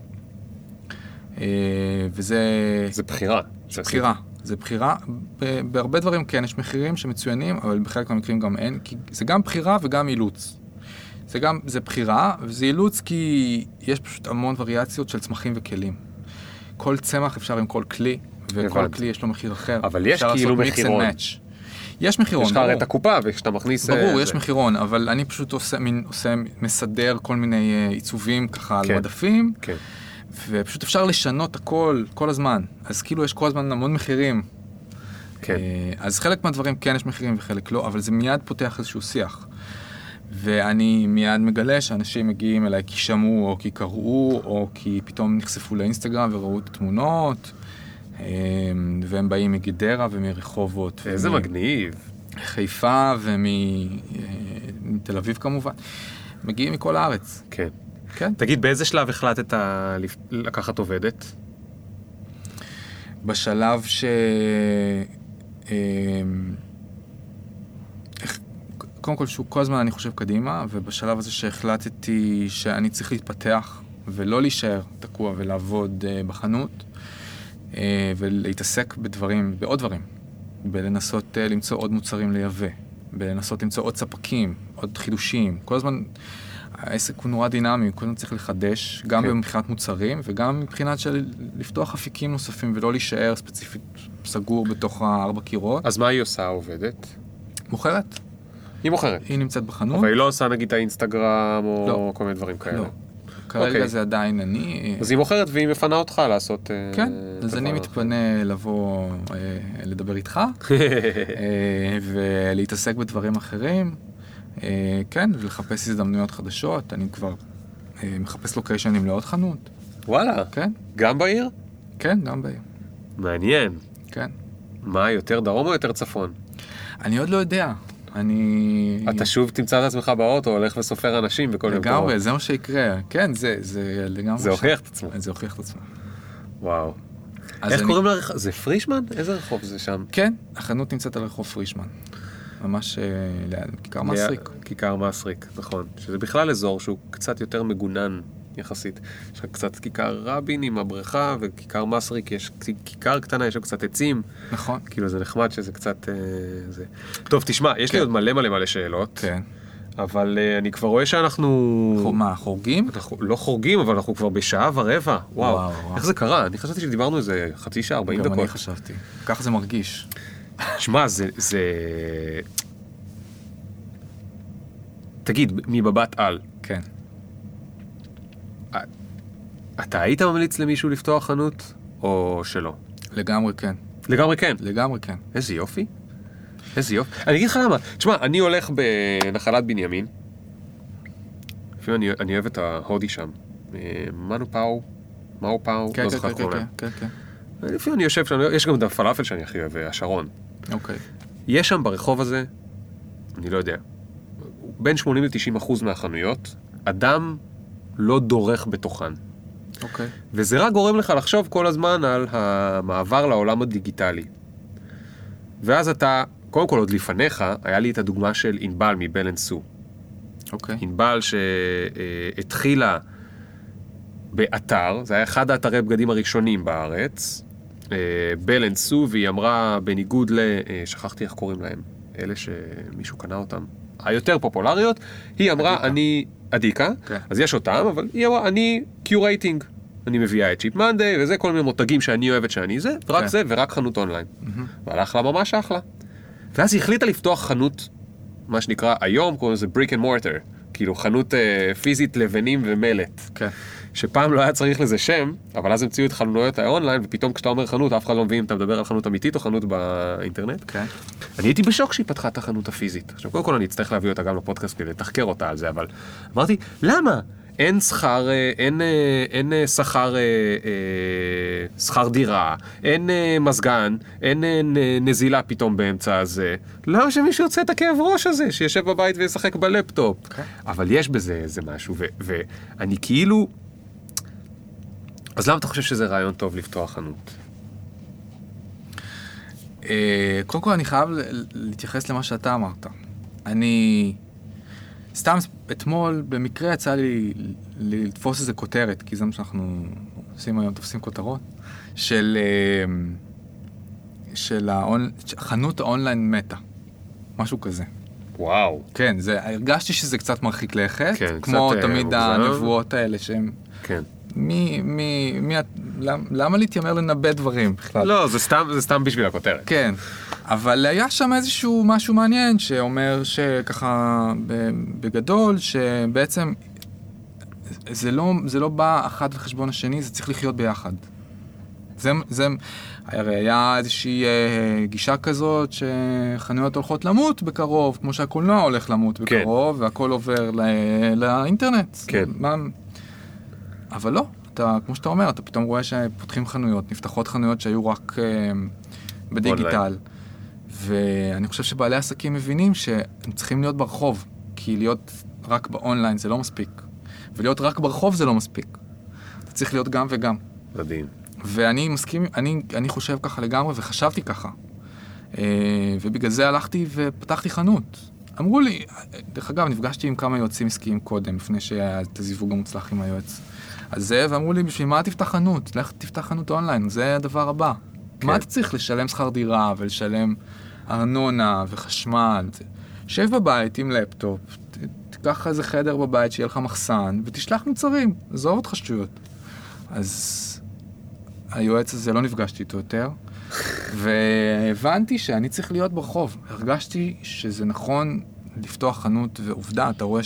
וזה... זה בחירה. זה בחירה. בהרבה דברים כן יש מחירים שמצוינים, אבל בחלק מהמקרים גם אין, כי זה גם בחירה וגם אילוץ. זה בחירה, וזה אילוץ כי יש פשוט המון וריאציות של צמחים וכלים. כל צמח אפשר עם כל כלי, וכל כלי יש לו מחיר אחר. אבל יש כאילו מחירון. יש מחירון, יש לך הרי את הקופה, וכשאתה מכניס... ברור, יש מחירון, אבל אני פשוט מסדר כל מיני עיצובים ככה על מדפים, ופשוט אפשר לשנות הכל, כל הזמן. אז כאילו יש כל הזמן המון מחירים. אז חלק מהדברים כן יש מחירים וחלק לא, אבל זה מיד פותח איזשהו שיח. ואני מיד מגלה שאנשים מגיעים אליי כי שמעו או כי קראו או כי פתאום נחשפו לאינסטגרם וראו את התמונות, והם באים מגדרה ומרחובות. איזה מגניב. חיפה ומתל אביב כמובן. מגיעים מכל הארץ. כן. כן. תגיד, באיזה שלב החלטת לקחת עובדת? בשלב קודם כל, כל הזמן אני חושב קדימה, ובשלב הזה שהחלטתי שאני צריך להתפתח ולא להישאר תקוע ולעבוד בחנות, ולהתעסק בעוד דברים, בלנסות למצוא עוד מוצרים לייבא, בלנסות למצוא עוד ספקים, עוד חידושים. כל הזמן העסק הוא נורא דינמי, כל הזמן צריך לחדש, גם מבחינת מוצרים וגם מבחינת של לפתוח אפיקים נוספים ולא להישאר ספציפית סגור בתוך 4 קירות. אז מה היא עושה, עובדת? מוכרת. היא מוכרת. היא נמצאת בחנות. אבל היא לא עושה נגיד את האינסטגרם או לא. כל מיני דברים כאלה. לא. כרגע זה עדיין אני. אז היא מוכרת והיא מפנה אותך לעשות... כן, אז אני מתפנה לבוא לדבר איתך, ולהתעסק בדברים אחרים, כן, ולחפש הזדמנויות חדשות. אני כבר מחפש לוקיישנים לעוד חנות. וואלה. כן. גם בעיר? כן, גם בעיר. מעניין. כן. מה, יותר דרום או יותר צפון? אני עוד לא יודע. אתה שוב תמצא את עצמך באוטו, הולך וסופר אנשים בכל יום. לגמרי, זה מה שיקרה. כן, זה לגמרי. זה הוכיח את עצמו. זה הוכיח את עצמו. וואו. איך קוראים לרחוב? זה פרישמן? איזה רחוב זה שם? כן, החנות נמצאת על רחוב פרישמן. ממש כיכר מסריק. כיכר מסריק, נכון. שזה בכלל אזור שהוא קצת יותר מגונן יחסית. יש קצת כיכר רבין עם הבריכה, וכיכר מסריק יש כיכר קטנה, יש לו קצת עצים. נכון. כאילו זה נחמד שזה קצת... טוב, תשמע, יש לי עוד מלא שאלות. כן. אבל אני כבר רואה שאנחנו... מה, חורגים? אנחנו לא חורגים, אבל אנחנו כבר בשעה ורבע. וואו. איך זה קרה? אני חשבתי שדיברנו איזה חצי שעה, 40 דקות. גם אני חשבתי. כך זה מרגיש. שמע, זה... תגיד, מבבת על. כן. אתה היית ממליץ למישהו לפתוח חנות, או שלא? לגמרי כן. לגמרי כן? לגמרי כן. איזה יופי. איזה יופי. אני אגיד לך למה. תשמע, אני הולך בנחלת בנימין. לפעמים אני אוהב את ההודי שם. מנו פאו, לא זוכר כל להם. כן, כן. לפעמים אני יושב שם, יש גם את הפלאפל שאני הכי אוהב, השרון. אוקיי. יש שם ברחוב הזה, אני לא יודע, בין 80-90% מהחנויות, אדם לא דורך בתוכן. אוקיי. וזה רק גורם לך לחשוב כל הזמן על המעבר לעולם הדיגיטלי. ואז אתה, קודם כל עוד לפניך, היה לי את הדוגמה של אינבל מבל אנד סו. אוקיי. אינבל שהתחילה באתר, זה היה אחד האתרי בגדים הראשונים בארץ, בל אנד סו, והיא אמרה בניגוד שכחתי איך קוראים להם, אלה שמישהו קנה אותם, היותר פופולריות, היא אמרה, אני אדיקה, אז יש אותם, אבל היא אמרה, אני קיורייטינג, אני מביאה את צ'יפ מנדי, וזה כל מיני מותגים שאני אוהבת שאני זה, רק זה ורק חנות אונליין. והלך לה ממש אחלה. ואז היא החליטה לפתוח חנות, מה שנקרא היום, קוראים לזה בריק אנד מורטר, כאילו חנות פיזית לבנים ומלט. כן. שפעם לא היה צריך לזה שם, אבל אז המציאו את חנויות האונליין, ופתאום כשאתה אומר חנות, אף אחד לא מבין אם אתה מדבר על חנות אמיתית או חנות באינטרנט. כן. אני הייתי בשוק שהיא פתחה את החנות הפיזית. עכשיו, קודם כל אני אצטרך להביא אותה גם לפודקאסט כדי לתחקר אותה על זה, אבל אמרתי, למה? אין שכר דירה, אין מזגן, אין נזילה פתאום באמצע הזה. למה שמישהו יוצא את הכאב ראש הזה, שישב בבית וישחק בלפטופ? אבל יש בזה איזה משהו, ואני כאילו... אז למה אתה חושב שזה רעיון טוב לפתוח חנות? קודם כל אני חייב להתייחס למה שאתה אמרת. אני... סתם אתמול במקרה יצא לי לתפוס איזה כותרת, כי זה מה שאנחנו עושים היום, תופסים כותרות, של חנות האונליין מטה. משהו כזה. וואו. כן, הרגשתי שזה קצת מרחיק לכת, כן, כמו קצת תמיד מוגזם. הנבואות האלה שהם... כן. למה להתיימר לנבא דברים בכלל? לא, זה סתם בשביל הכותרת. כן, אבל היה שם איזשהו משהו מעניין שאומר שככה בגדול שבעצם זה לא בא אחד לחשבון השני, זה צריך לחיות ביחד. זה הרי היה איזושהי גישה כזאת שחנויות הולכות למות בקרוב, כמו שהקולנוע הולך למות בקרוב, והכל עובר לאינטרנט. כן. אבל לא, כמו שאתה אומר, אתה פתאום רואה שפותחים חנויות, נפתחות חנויות שהיו רק בדיגיטל. ואני חושב שבעלי עסקים מבינים שהם צריכים להיות ברחוב, כי להיות רק באונליין זה לא מספיק. ולהיות רק ברחוב זה לא מספיק. אתה צריך להיות גם וגם. מדהים. ואני מסכים, אני חושב ככה לגמרי, וחשבתי ככה. ובגלל זה הלכתי ופתחתי חנות. אמרו לי, דרך אגב, נפגשתי עם כמה יועצים עסקיים קודם, לפני שהיה את הזיווג המוצלח עם היועץ. אז זה, ואמרו לי, בשביל מה תפתח חנות? לך תפתח חנות אונליין, זה הדבר הבא. כן. מה אתה צריך לשלם שכר דירה, ולשלם ארנונה וחשמל? שב בבית עם לפטופ, תיקח איזה חדר בבית שיהיה לך מחסן, ותשלח מוצרים, עזוב אותך שטויות. אז היועץ הזה לא נפגשתי איתו יותר, והבנתי שאני צריך להיות ברחוב. הרגשתי שזה נכון לפתוח חנות, ועובדה, אתה רואה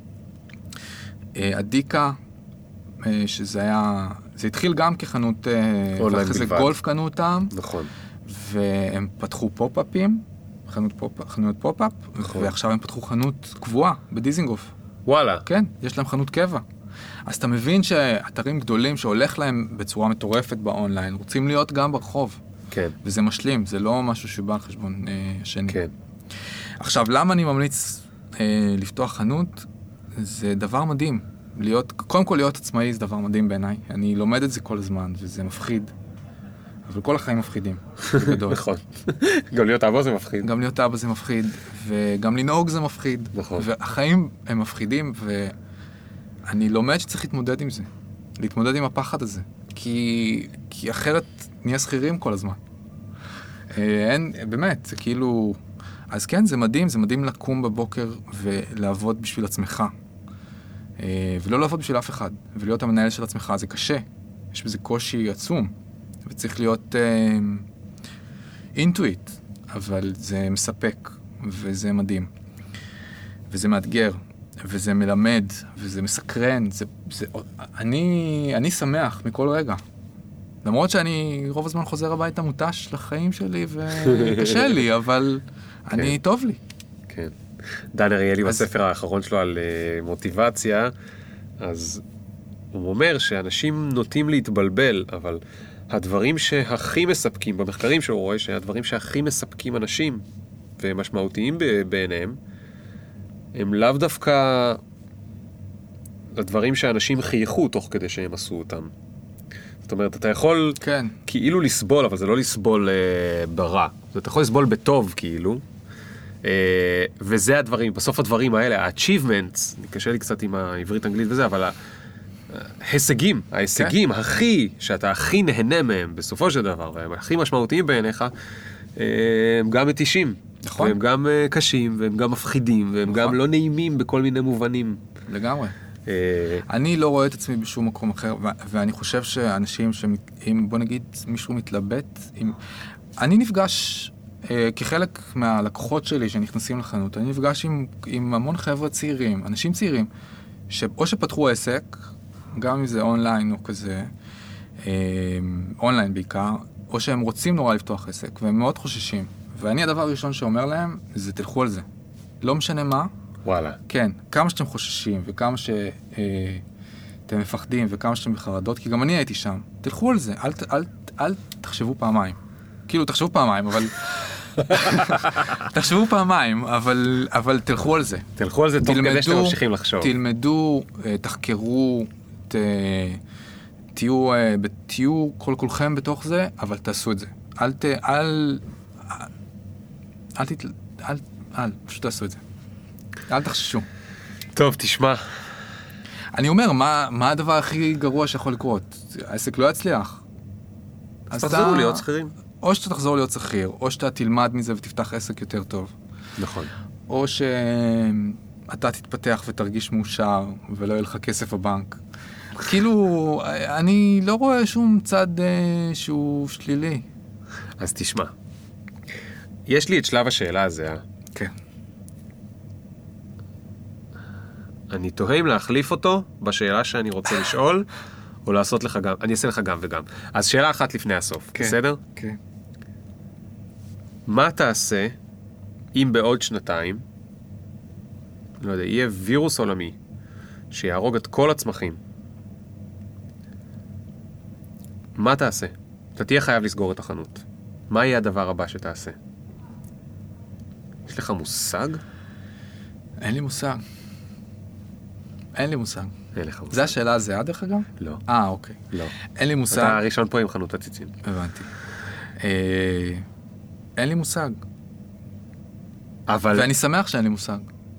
שהדיקה, שזה היה, זה התחיל גם כחנות, ואחרי זה גולף קנו אותם, נכון. והם פתחו פופ-אפים, חנויות פופ-אפ, נכון. ועכשיו הם פתחו חנות קבועה בדיזינגוף. וואלה. כן, יש להם חנות קבע. אז אתה מבין שאתרים גדולים שהולך להם בצורה מטורפת באונליין, רוצים להיות גם ברחוב. כן. וזה משלים, זה לא משהו שבא על חשבון שני. כן. עכשיו, למה אני ממליץ לפתוח חנות? זה דבר מדהים. קודם כל להיות עצמאי זה דבר מדהים בעיניי. אני לומד את זה כל הזמן, וזה מפחיד. אבל כל החיים מפחידים. נכון. גם להיות אבא זה מפחיד. גם להיות אבא זה מפחיד, וגם לנהוג זה מפחיד. נכון. והחיים הם מפחידים, ואני לומד שצריך להתמודד עם זה. להתמודד עם הפחד הזה. כי אחרת נהיה שכירים כל הזמן. באמת, זה כאילו... אז כן, זה מדהים לקום בבוקר ולעבוד בשביל עצמך. ולא לעבוד בשביל אף אחד. ולהיות המנהל של עצמך, זה קשה. יש בזה קושי עצום. וצריך להיות אינטואיט, אבל זה מספק, וזה מדהים. וזה מאתגר, וזה מלמד, וזה מסקרן. אני שמח מכל רגע. למרות שאני רוב הזמן חוזר הביתה מוטש לחיים שלי, וקשה לי, אבל אני טוב לי. כן. דן אריאלי בספר האחרון שלו על מוטיבציה, אז הוא אומר שאנשים נוטים להתבלבל, אבל הדברים שהכי מספקים, במחקרים שהוא רואה שהדברים שהכי מספקים אנשים ומשמעותיים בעיניהם, הם לאו דווקא הדברים שאנשים חייכו תוך כדי שהם עשו אותם. זאת אומרת, אתה יכול כן. כאילו לסבול, אבל זה לא לסבול ברע. אתה יכול לסבול בטוב כאילו, וזה הדברים, בסוף הדברים האלה, ה-achievements, קשה לי קצת עם העברית-אנגלית וזה, אבל ההישגים הכי, שאתה הכי נהנה מהם בסופו של דבר, והם הכי משמעותיים בעיניך, הם גם מתישים. נכון. והם גם קשים, והם גם מפחידים, והם נכון. גם לא נעימים בכל מיני מובנים. לגמרי. אני לא רואה את עצמי בשום מקום אחר, ואני חושב שאנשים אם בוא נגיד מישהו מתלבט, אני נפגש כחלק מהלקוחות שלי שנכנסים לחנות, אני נפגש עם המון חבר'ה צעירים, אנשים צעירים, או שפתחו עסק, גם אם זה אונליין או כזה, אונליין בעיקר, או שהם רוצים נורא לפתוח עסק, והם מאוד חוששים. ואני הדבר הראשון שאומר להם, זה תלכו על זה. לא משנה מה. וואלה. כן, כמה שאתם חוששים, וכמה שאתם מפחדים, וכמה שאתם בחרדות, כי גם אני הייתי שם. תלכו על זה, אל תחשבו פעמיים. כאילו, תחשבו פעמיים, אבל... תחשבו פעמיים, אבל תלכו על זה. תלכו על זה תוך כדי שאתם ממשיכים לחשוב. תלמדו, תחקרו, תהיו כולכם בתוך זה, אבל תעשו את זה. פשוט תעשו את זה. אל תחששו. טוב, תשמע. אני אומר, מה הדבר הכי גרוע שיכול לקרות? העסק לא יצליח. אז תחזרו להיות שכירים. או שאתה תחזור להיות שכיר, או שאתה תלמד מזה ותפתח עסק יותר טוב. נכון. או שאתה תתפתח ותרגיש מאושר, ולא יהיה לך כסף בבנק. כאילו, אני לא רואה שום צד שהוא שלילי. אז תשמע. יש לי את שלב השאלה הזה, כן. אני תוהה אם להחליף אותו בשאלה שאני רוצה לשאול, או לעשות לך גם, אני אעשה לך גם וגם. אז שאלה אחת לפני הסוף, בסדר? כן. מה תעשה אם בעוד שנתיים, לא יודע, יהיה וירוס עולמי שיהרוג את כל הצמחים? מה תעשה? אתה תהיה חייב לסגור את החנות. מה יהיה הדבר הבא שתעשה? יש לך מושג? אין לי מושג. אין לי מושג. אין לך מושג. זה השאלה הזהה דרך אגב? לא. אוקיי. לא. אין לי מושג. אתה הראשון פה עם חנות הציצים. הבנתי. אין לי מושג. אבל... ואני שמח שאין לי מושג.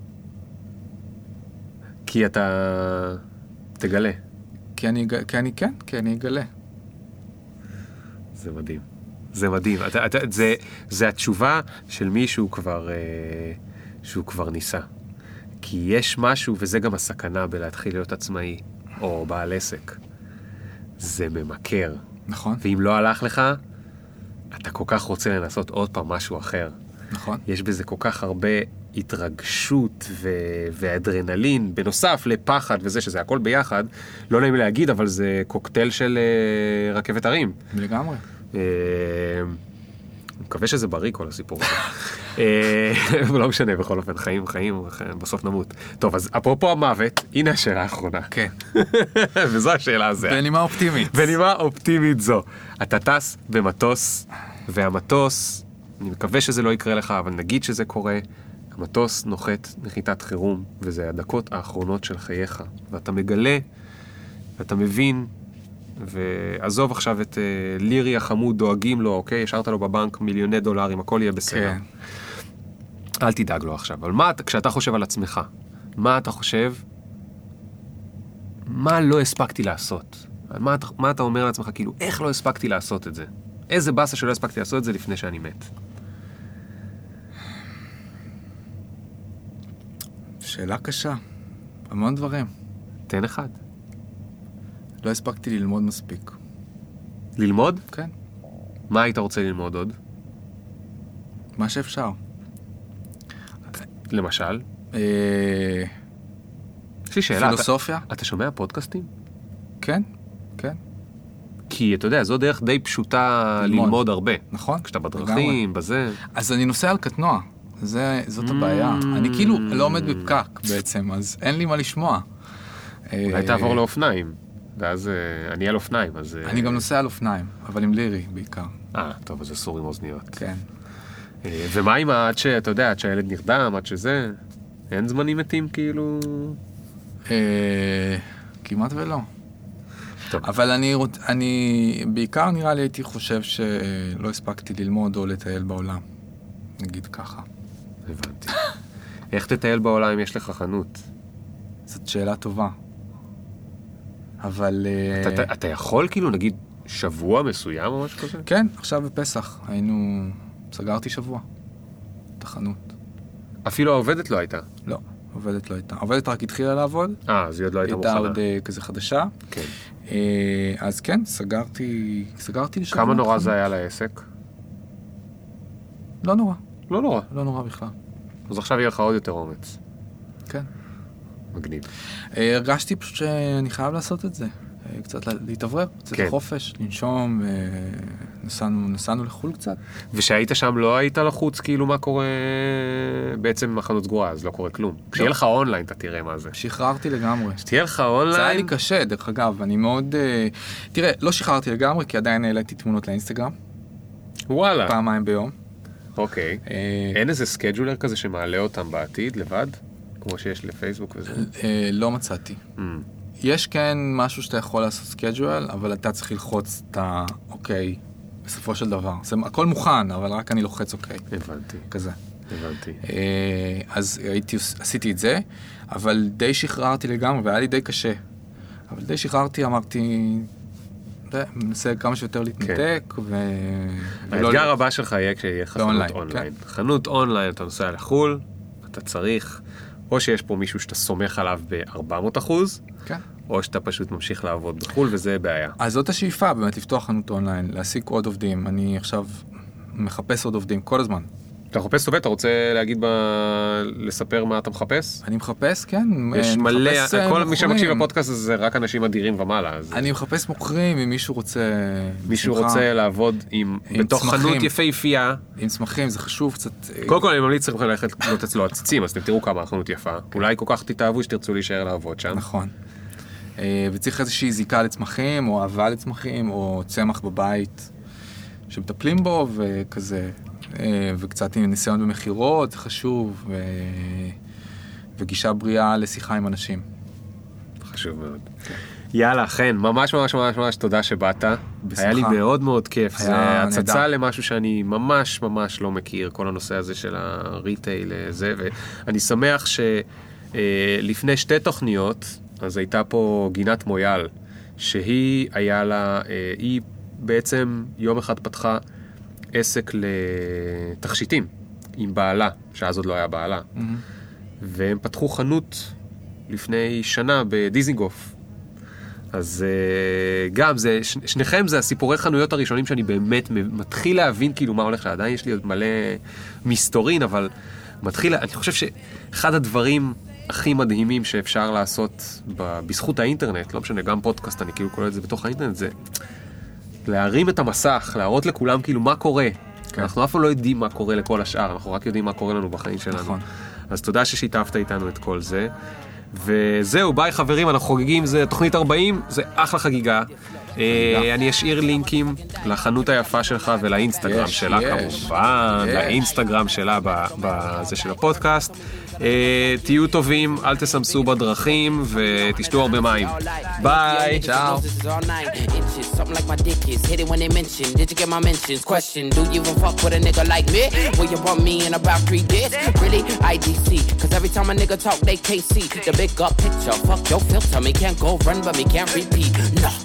כי אתה תגלה. כי אני אגלה. זה מדהים. זה מדהים. זה התשובה של מישהו שהוא כבר ניסה. כי יש משהו, וזה גם הסכנה בלהתחיל להיות עצמאי, או בעל עסק. זה ממכר. נכון. ואם לא הלך לך, אתה כל כך רוצה לנסות עוד פעם משהו אחר. נכון. יש בזה כל כך הרבה התרגשות ואדרנלין, בנוסף לפחד וזה, שזה הכל ביחד, לא נעים להגיד, אבל זה קוקטייל של רכבת הרים. לגמרי. אני מקווה שזה בריא כל הסיפור הזה. לא משנה, בכל אופן, חיים, בסוף נמות. טוב, אז אפרופו המוות, הנה השאלה האחרונה. כן. וזו השאלה הזו. בנימה אופטימית. בנימה אופטימית זו. אתה טס במטוס, והמטוס, אני מקווה שזה לא יקרה לך, אבל נגיד שזה קורה, המטוס נוחת נחיתת חירום, וזה הדקות האחרונות של חייך. ואתה מגלה, ואתה מבין, ועזוב עכשיו את לירי החמוד, דואגים לו, אוקיי? השארת לו בבנק מיליוני דולרים, הכל יהיה בסדר. כן. אל תדאג לו עכשיו. אבל כשאתה חושב על עצמך, מה אתה חושב? מה לא הספקתי לעשות? מה אתה אומר לעצמך? כאילו, איך לא הספקתי לעשות את זה? איזה בסה שלא הספקתי לעשות את זה לפני שאני מת? שאלה קשה. המון דברים. תן אחד. לא הספקתי ללמוד מספיק. ללמוד? כן. מה היית רוצה ללמוד עוד? מה שאפשר. למשל? יש לי שאלה. פילוסופיה? אתה שומע פודקאסטים? כן, כן. כי אתה יודע, זו דרך די פשוטה ללמוד הרבה. נכון. כשאתה בדרכים, בזה. אז אני נוסע על קטנוע. זאת הבעיה. אני כאילו לא עומד בפקק בעצם, אז אין לי מה לשמוע. אולי תעבור לאופניים. ואז אני על אופניים, אז... אני גם נוסע על אופניים, אבל עם לירי בעיקר. טוב, אז אסור עם אוזניות. כן. ומה עם עד שאתה יודע, עד שהילד נרדם, עד שזה... אין זמנים מתים כאילו... כמעט ולא. טוב. אבל אני בעיקר נראה לי הייתי חושב שלא הספקתי ללמוד או לטייל בעולם. נגיד ככה. הבנתי. איך תטייל בעולם אם יש לך חנות? זאת שאלה טובה. אבל... אתה יכול כאילו נגיד שבוע מסוים או משהו כזה? כן, עכשיו בפסח. סגרתי שבוע. את החנות. אפילו העובדת לא הייתה? לא, העובדת לא הייתה. העובדת רק התחילה לעבוד. אז היא עוד לא הייתה מוכנה. הייתה עוד כזה חדשה. כן. אז כן, סגרתי לשבוע. כמה נורא זה היה לעסק? לא נורא. לא נורא. לא נורא בכלל. אז עכשיו יהיה לך עוד יותר אומץ. כן. מגניב. הרגשתי פשוט שאני חייב לעשות את זה. קצת להתעברר, קצת לחופש, לנשום, נסענו לחול קצת. ושהיית שם לא היית לחוץ כאילו מה קורה, בעצם החנות סגורה, אז לא קורה כלום. כשיהיה לך אונליין אתה תראה מה זה. שחררתי לגמרי. שתהיה לך אונליין. זה היה לי קשה, דרך אגב, אני מאוד... תראה, לא שחררתי לגמרי, כי עדיין העליתי תמונות לאינסטגרם. וואלה. פעמיים ביום. אוקיי. אין איזה סקייג'ולר כזה שמעלה אותם בעתיד לבד? כמו שיש לפייסבוק וזה? לא מצאתי. יש כן משהו שאתה יכול לעשות סקייג'ואל, אבל אתה צריך ללחוץ את אוקיי, בסופו של דבר. זה הכל מוכן, אבל רק אני לוחץ אוקיי. הבנתי. כזה. הבנתי. אז עשיתי את זה, אבל די שחררתי לגמרי, והיה לי די קשה. אבל די שחררתי, אמרתי, מנסה כמה שיותר להתנתק, האתגר הבא שלך יהיה כשיהיה לך חנות אונליין. חנות אונליין, אתה נוסע לחול, אתה צריך, או שיש פה מישהו שאתה סומך עליו ב-400%, כן. או שאתה פשוט ממשיך לעבוד בחול, וזה בעיה. אז זאת השאיפה, באמת, לפתוח חנות אונליין, להשיג עוד עובדים. אני עכשיו מחפש עוד עובדים כל הזמן. אתה מחפש עובד, אתה רוצה לספר מה אתה מחפש? אני מחפש, כן. יש מלא, כל מי שמקשיב לפודקאסט הזה זה רק אנשים אדירים ומעלה. אני מחפש מוכרים, אם מישהו רוצה... מישהו רוצה לעבוד בתוך חנות יפהפייה. עם צמחים, זה חשוב קצת... קודם כל אני ממליץ לכם ללכת לקנות אצלו עציצים, אז אתם תראו כמה החנות יפה. אולי כל כך תתאהבו שתרצו להישאר לעבוד שם. נכון. וצריך איזושהי זיקה לצמחים, או אהבה לצמחים, או צמח בבית שמטפלים בו, וכזה, וקצת עם ניסיון במחירות, זה חשוב, וגישה בריאה לשיחה עם אנשים. חשוב מאוד. יאללה, חן, ממש ממש ממש ממש תודה שבאת. היה לי מאוד מאוד כיף. זה הצצה למשהו שאני ממש ממש לא מכיר, כל הנושא הזה של הריטייל, זה, ואני שמח שלפני 2 תוכניות, אז הייתה פה גינת מויאל, שהיא היה לה, היא בעצם יום אחד פתחה עסק לתכשיטים עם בעלה, שאז עוד לא היה בעלה. והם פתחו חנות לפני שנה בדיזינגוף. אז גם זה, שניכם זה הסיפורי חנויות הראשונים שאני באמת מתחיל להבין כאילו מה הולך, עדיין יש לי עוד מלא מסתורין, אבל מתחיל, אני חושב שאחד הדברים הכי מדהימים שאפשר לעשות בזכות האינטרנט, לא משנה, גם פודקאסט, אני כאילו קורא את זה בתוך האינטרנט, זה להרים את המסך, להראות לכולם כאילו מה קורה. כן. אנחנו אף פעם לא יודעים מה קורה לכל השאר, אנחנו רק יודעים מה קורה לנו בחיים שלנו. נכון. אז תודה ששיתפת איתנו את כל זה. וזהו, ביי חברים, אנחנו חוגגים, זה תוכנית 40, זה אחלה חגיגה. אני אשאיר לינקים לחנות היפה שלך ולאינסטגרם שלה כמובן, לאינסטגרם שלה בזה של הפודקאסט. תהיו טובים, אל תסמסו בדרכים ותשתו הרבה מים. ביי, צ'או. Something like my dick is hit it when they mention. Did you get my mentions? Question: do you even fuck with a nigga like me? Will you bump me in about 3 days? Really? IDC. Cause every time a nigga talk, they KC. The big up picture. Fuck your filter. Me can't go run, but me can't repeat. No.